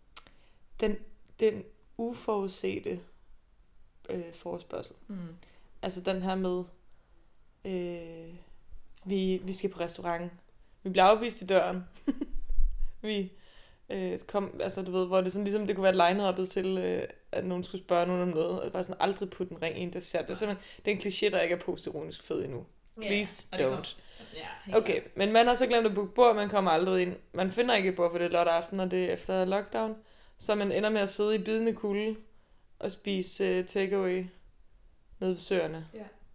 den uforudsete forespørgsel. Altså den her med, vi skal på restaurant. Vi bliver afvist i døren. Vi altså du ved, hvor det sådan ligesom det kunne være line-uppet til at nogen skulle spørge nogen om noget, og bare sådan aldrig putte en ring i en dessert. Det er simpelthen, det er en kliché, der ikke er postironisk fed endnu. Please don't. Okay, men man har så glemt at booke bord, man kommer aldrig ind. Man finder ikke et bord, for det er lørdag aften, og det er efter lockdown. Så man ender med at sidde i bidende kulde og spise takeaway nede ved søerne.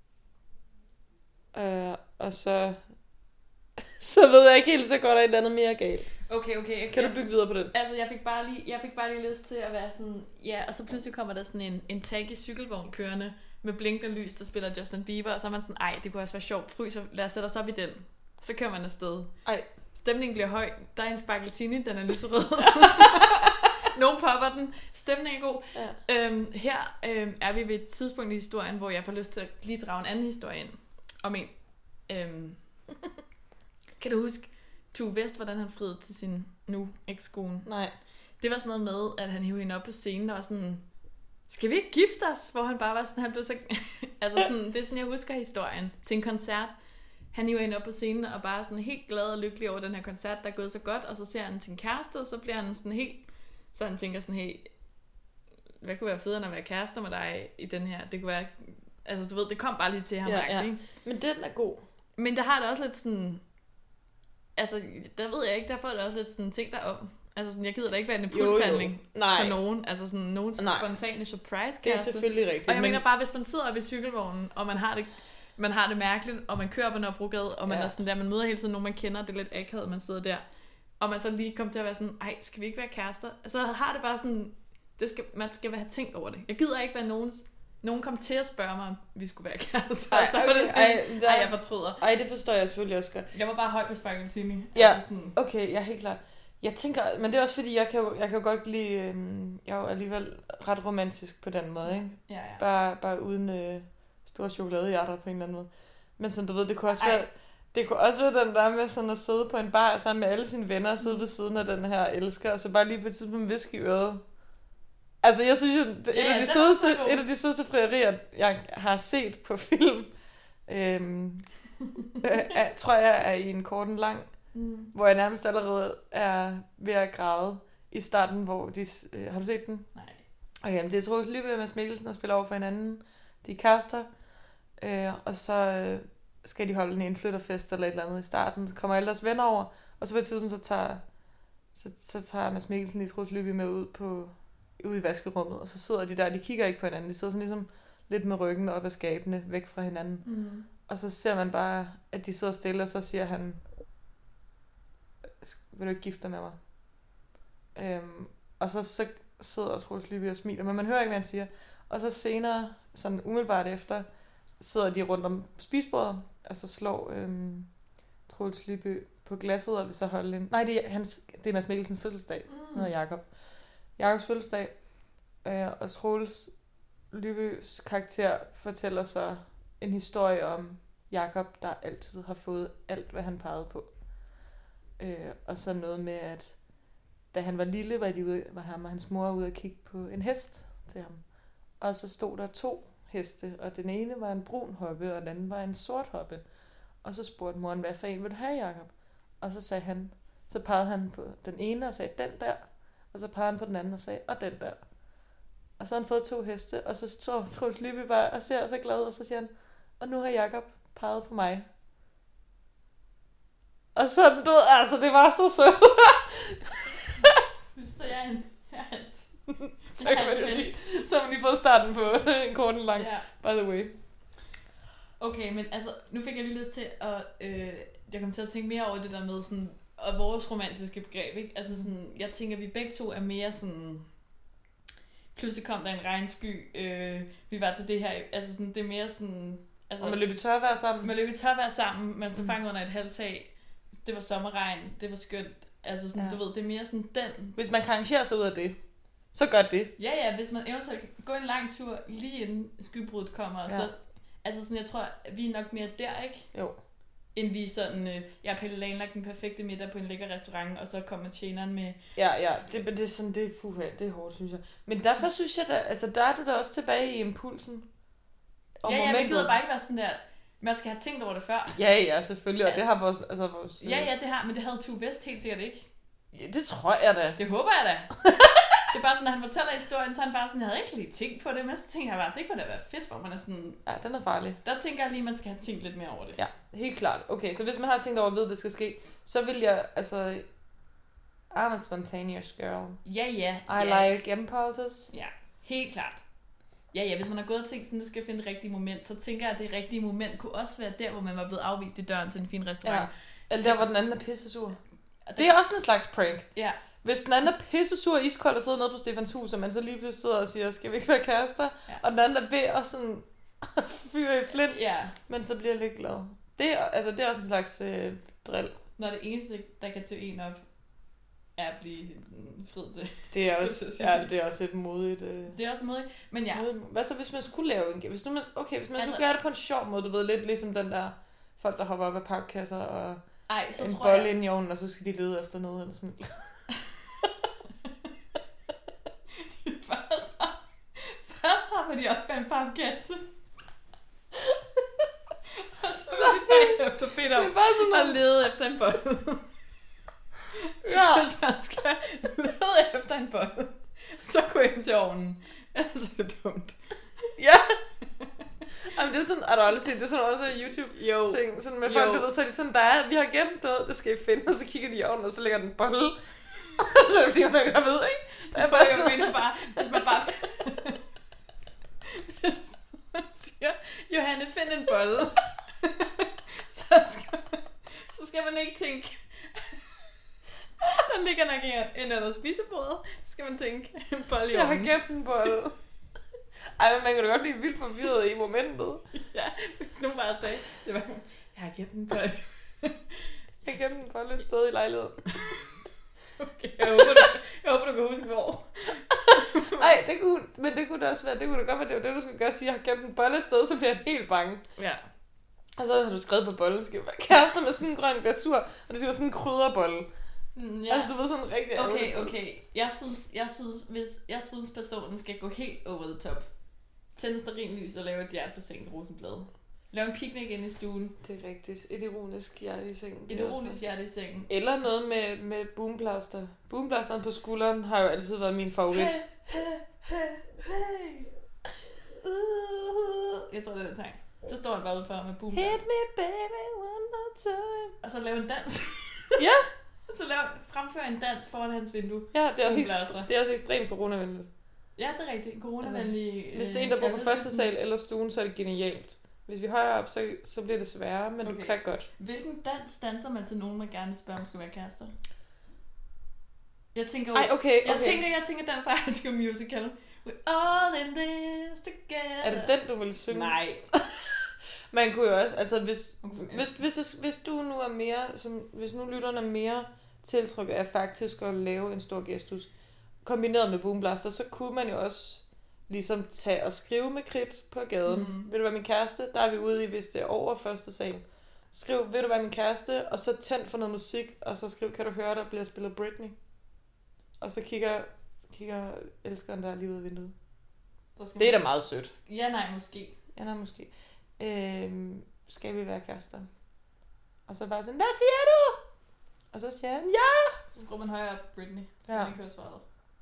Og så ved jeg ikke helt, så går der et eller andet mere galt. Okay. Kan du bygge videre på den? Altså, jeg fik bare lige lyst til at være sådan, ja, og så pludselig kommer der sådan en taggy cykelvogn kørende med blinkende lys, der spiller Justin Bieber, og så er man sådan, ej, det kunne også være sjovt, fryser, lad os sætte os op i den. Så kører man afsted. Ej. Stemningen bliver høj, der er en spargeltini, den er lyserød. Nogen popper den, stemningen er god. Ja. Her er vi ved et tidspunkt i historien, hvor jeg får lyst til at lige drage en anden historie ind. Om en, kan du huske Tue West, hvordan han friede til sin nu ekskone? Nej. Det var sådan noget med, at han hiv hende op på scenen og var sådan, skal vi ikke gifte os? Hvor han bare var sådan, han blev så... altså sådan, det er sådan, jeg husker historien til en koncert. Han hiver hende op på scenen og bare sådan helt glad og lykkelig over den her koncert, der er gået så godt. Og så ser han sin kæreste, og så bliver han sådan helt... Så han tænker sådan, hey, hvad kunne være federe end at være kærester med dig i den her? Det kunne være... Altså du ved, det kom bare lige til ham. Ja. Men den er god. Men der har det også lidt sådan... Altså, der ved jeg ikke, der får det også lidt sådan ting derom. Altså sådan, jeg gider da ikke være en impulshandling for nogen. Altså sådan nogen spontane surprise kæreste. Det er selvfølgelig rigtigt. Og jeg mener bare, hvis man sidder oppe i cykelvognen, og man har det mærkeligt, og man kører på Nørrebrogade, og man er sådan der, man møder hele tiden nogen, man kender, det er lidt akavet, man sidder der, og man så lige kommer til at være sådan, ej, skal vi ikke være kærester? Så har det bare sådan, man skal have tænkt over det. Jeg gider ikke være nogen kom til at spørge mig, om vi skulle være kærester. Jeg fortryder. Ej, det forstår jeg selvfølgelig også godt. Jeg var bare høj på spargeltini. Ja, altså sådan. Okay, jeg er helt klart. Jeg tænker, men det er også fordi, jeg kan jo godt lide, jeg er jo alligevel ret romantisk på den måde, ikke? Ja. Bare uden store chokoladehjerter på en eller anden måde. Men sådan, du ved, det kunne også være, Det kunne også være den der med sådan at sidde på en bar sammen med alle sine venner og sidde ved siden af den her elsker, og så bare lige på et tidspunkt viske i øret. Altså, jeg synes jo, et af de sødeste frierier, jeg har set på film, tror jeg er i En kort en lang, hvor jeg nærmest allerede er ved at græde i starten, hvor de... har du set den? Nej. Okay, men det er Troels Lyby og Mads Mikkelsen, der spiller over for hinanden. De kaster, og så skal de holde en indflytterfest eller et eller andet i starten. Så kommer alle deres venner over, og så på et tidspunkt, så tager Mads Mikkelsen lige Troels Lyby med ud i vaskerummet, og så sidder de der, de kigger ikke på hinanden, de sidder sådan ligesom lidt med ryggen op ad skabene, væk fra hinanden. Og så ser man bare, at de sidder stille, og så siger han, vil du ikke gifte dig med mig? Og så sidder Troels Lyby og smiler, men man hører ikke, hvad han siger. Og så senere, sådan umiddelbart efter, sidder de rundt om spisbordet, og så slår Troels Lyby på glasset, og vil så holde en... Nej, det er Mads Mikkelsens fødselsdag, hedder Jakob. Jakobs fødselsdag, og Troels Lybys karakter fortæller så en historie om Jakob, der altid har fået alt, hvad han pegede på. Og så noget med, at da han var lille, var ham og hans mor ude at kigge på en hest til ham. Og så stod der 2 heste, og den ene var en brun hoppe, og den anden var en sort hoppe. Og så spurgte moren, hvad for en vil du have, Jakob? Og så pegede han på den ene og sagde, den der. Og så pegede han på den anden og sagde, og den der. Og så har han fået 2 heste, og så står Troels Lyby bare og ser så glad, og så siger han, og nu har Jakob peget på mig. Og så altså det var så sødt. Så jeg er en... Så har man lige fået starten på En kort en lang, by the way. Okay, men altså, nu fik jeg lige lyst til at... jeg kom til at tænke mere over det der med sådan... Og vores romantiske begreb, ikke? Altså sådan, jeg tænker, vi begge to er mere sådan... Pludselig kom der en regnsky, vi var til det her... Altså sådan, det er mere sådan... Altså, og man løb i tørvejr sammen. Man løb i tørvejr sammen, man stod fanget under et halvtag. Det var sommerregn, det var skønt. Altså sådan, du ved, det er mere sådan den... Hvis man kan arrangere sig ud af det, så gør det. Ja, hvis man eventuelt kan gå en lang tur, lige inden skybruddet kommer, så... Altså sådan, jeg tror, vi er nok mere der, ikke? Jo. End vi sådan, jeg har planlagt den perfekte middag på en lækker restaurant, og så kommer tjeneren med... Ja, det er sådan, det er hårdt, synes jeg. Men derfor synes jeg, der er du da også tilbage i impulsen. Ja, vi gider bare ikke være sådan der, man skal have tænkt over det før. Ja, selvfølgelig, og det har vores... Ja, det har, men det havde Tue West helt sikkert ikke. Ja, det tror jeg da. Det håber jeg da. Det er bare sådan, når han fortæller historien, så er han bare sådan, jeg havde ikke lige tænkt på det, men så tænker jeg bare, det kunne da være fedt, hvor man er sådan... Ja, den er farlig. Der tænker jeg lige, man skal have tænkt lidt mere over det. Ja, helt klart. Okay, så hvis man har tænkt over, at ved, det skal ske, så vil jeg, I'm a spontaneous girl. Ja. I like impulses. Ja, helt klart. Ja, hvis man har gået og tænkt sådan, nu skal jeg finde et rigtigt moment, så tænker jeg, at det rigtige moment kunne også være der, hvor man var blevet afvist i døren til en fin restaurant. Ja. Eller der, hvor den anden er pissesur. Det er også en slags prank. Ja. Hvis den anden er pissesur og iskold og sidder nede på Stefans hus, og man så lige pludselig sidder og siger, skal vi ikke være kærester? Ja. Og den anden er ved og sådan fyre i flint, men så bliver jeg lidt glad. Det er også en slags drill. Når det eneste, der kan tage en op, er at blive frid til. Det er også, det er også et modigt... Det er også modigt, men ja. Hvad så, hvis man skulle lave en... Hvis man skulle gøre det på en sjov måde, du ved, lidt ligesom den der folk, der hopper op af pakkasser og en bolle ind i ovnen, og så skal de lede efter noget eller sådan. Først hopper de op af en papkasse. Og så vil de bagefter bedt om at lede efter en bolle. Ja. Hvis man skal lede efter en bolle, så gå ind til ovnen. Ellers er det dumt. Ja. Jamen, det er sådan, har du aldrig set, det er sådan også YouTube-ting, sådan med folk, du ved, så er de sådan, vi har gemt noget, det skal I finde, og så kigger de i ovnen, og så lægger den en bolle. Så er det fordi, hun er gravid, ikke? Det er bare sådan, hvis man bare man siger, Johanne, find en bolle. så skal man ikke tænke, den ligger nok ind under spisebordet. Så skal man tænke, en bolle i ovnen. Jeg har gemt en bolle. Ej, men man kan da godt blive vildt forvirret i momentet. Ja, hvis nogen bare sagde, det var, jeg har gemt en bolle. Jeg har gemt en bolle et sted i lejligheden. Okay, jeg håber, du kan huske, hvor. Ej, det kunne da også være, det kunne da godt være, det var det, du skulle gøre, sige, jeg har gemt en bolle et sted, så bliver jeg helt bange. Ja. Og så har du skrevet på bollen, skal jo være kærester med sådan en grøn glasur, og det skal være sådan en krydderbolle. Ja. Altså, du ved sådan rigtig Okay. Jeg synes personen skal gå helt over the top. Tænde stearinlys og lave et hjerte på sengen rosenblad. Lave en picnic inde i stuen. Det er rigtigt. Et ironisk hjerte i sengen. Et ironisk hjerte i sengen. Eller noget med boomplaster. Boomplasteren på skulderen har jo altid været min favorit. Hey. Jeg tror, det er den sang. Så står han bare ude for med boomplaster. Hit me baby one more time. Og så lave en dans. Ja. Så fremføre en dans foran hans vindue. Ja, det er også ekstremt coronavenligt. Ja, det er rigtigt. Coronavenlig. Hvis det er en, der bor på første sal eller stuen, så er det genialt. Hvis vi er højere op, så bliver det sværere, men okay. Du kan godt. Hvilken dans danser man til nogen, man gerne spørger, om skal være kærester? Jeg tænker, jeg tænker den fra High School Musical. We're all in this together. Er det den, du vil synge? Nej. Man kunne jo også, altså hvis du nu er mere, hvis nu lytterne er mere tiltrykket af faktisk at lave en stor gestus, kombineret med boomblaster, så kunne man jo også ligesom tage og skrive med kridt på gaden. Vil du være min kæreste? Der er vi ude i, hvis det er over første sal. Skriv, vil du være min kæreste? Og så tænd for noget musik, og så skriv, kan du høre, der bliver spillet Britney? Og så kigger elskeren der lige ud af vinduet. Det er da meget sødt. Ja, nej, måske. Skal vi være kærester? Og så bare sådan, hvad siger du? Og så siger han, ja! Så skruer man højere op Britney, så man ikke høre svaret.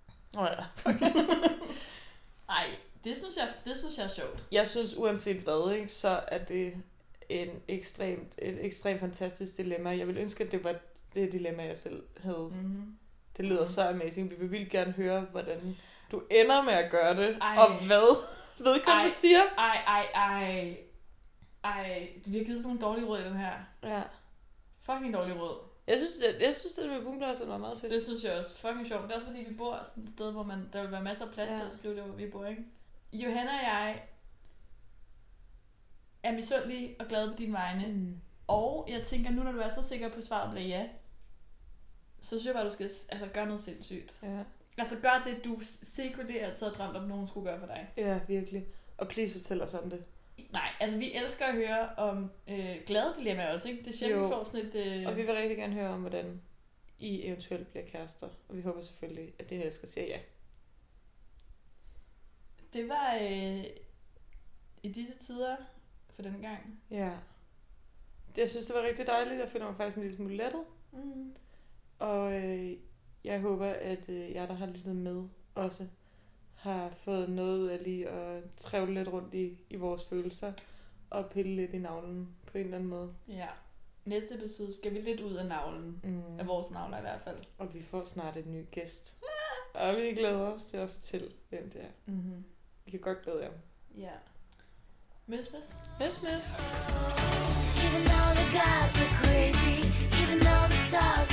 Nej, det synes jeg er sjovt. Jeg synes uanset hvad, ikke, så er det et ekstremt fantastisk dilemma. Jeg vil ønske, at det var det dilemma, jeg selv havde. Det lyder så amazing. Vi vil vildt gerne høre, hvordan du ender med at gøre det, og hvad vedkommende siger. Vi har givet sådan nogle dårlige råd i den her. Ja. Fucking dårlige råd. Jeg synes det med boomblaster var meget fedt. Det synes jeg også. Fucking sjovt. Det er også fordi, vi bor sådan et sted, hvor der vil være masser af plads til at skrive det, hvor vi bor, ikke? Johanna og jeg er misundelig og glad på dine vegne. Og jeg tænker, nu når du er så sikker på, at svaret bliver ja, så synes jeg bare, du skal gøre noget sindssygt. Ja. Altså gør det, du secretly altid har drømt om, nogen skulle gøre for dig. Ja, virkelig. Og please fortæl os om det. Nej, altså vi elsker at høre om glade dilemmaer også, ikke? Det er sjældent, vi får sådan et... Og vi vil rigtig gerne høre om, hvordan I eventuelt bliver kærester. Og vi håber selvfølgelig, at din elsker siger ja. Det var i disse tider for denne gang. Ja. Jeg synes, det var rigtig dejligt. Jeg føler mig faktisk en lille smule lettet. Og jeg håber, at jer, der har lyttet med, også har fået noget ud af lige at trævle lidt rundt i vores følelser og pille lidt i navlen på en eller anden måde. Ja. Næste episode skal vi lidt ud af navlen. Af vores navler i hvert fald. Og vi får snart en ny gæst. Og vi glæder os til at fortælle, hvem det er. Vi kan godt glæde jer. Ja. Møs. Even though the gods are crazy, even though the stars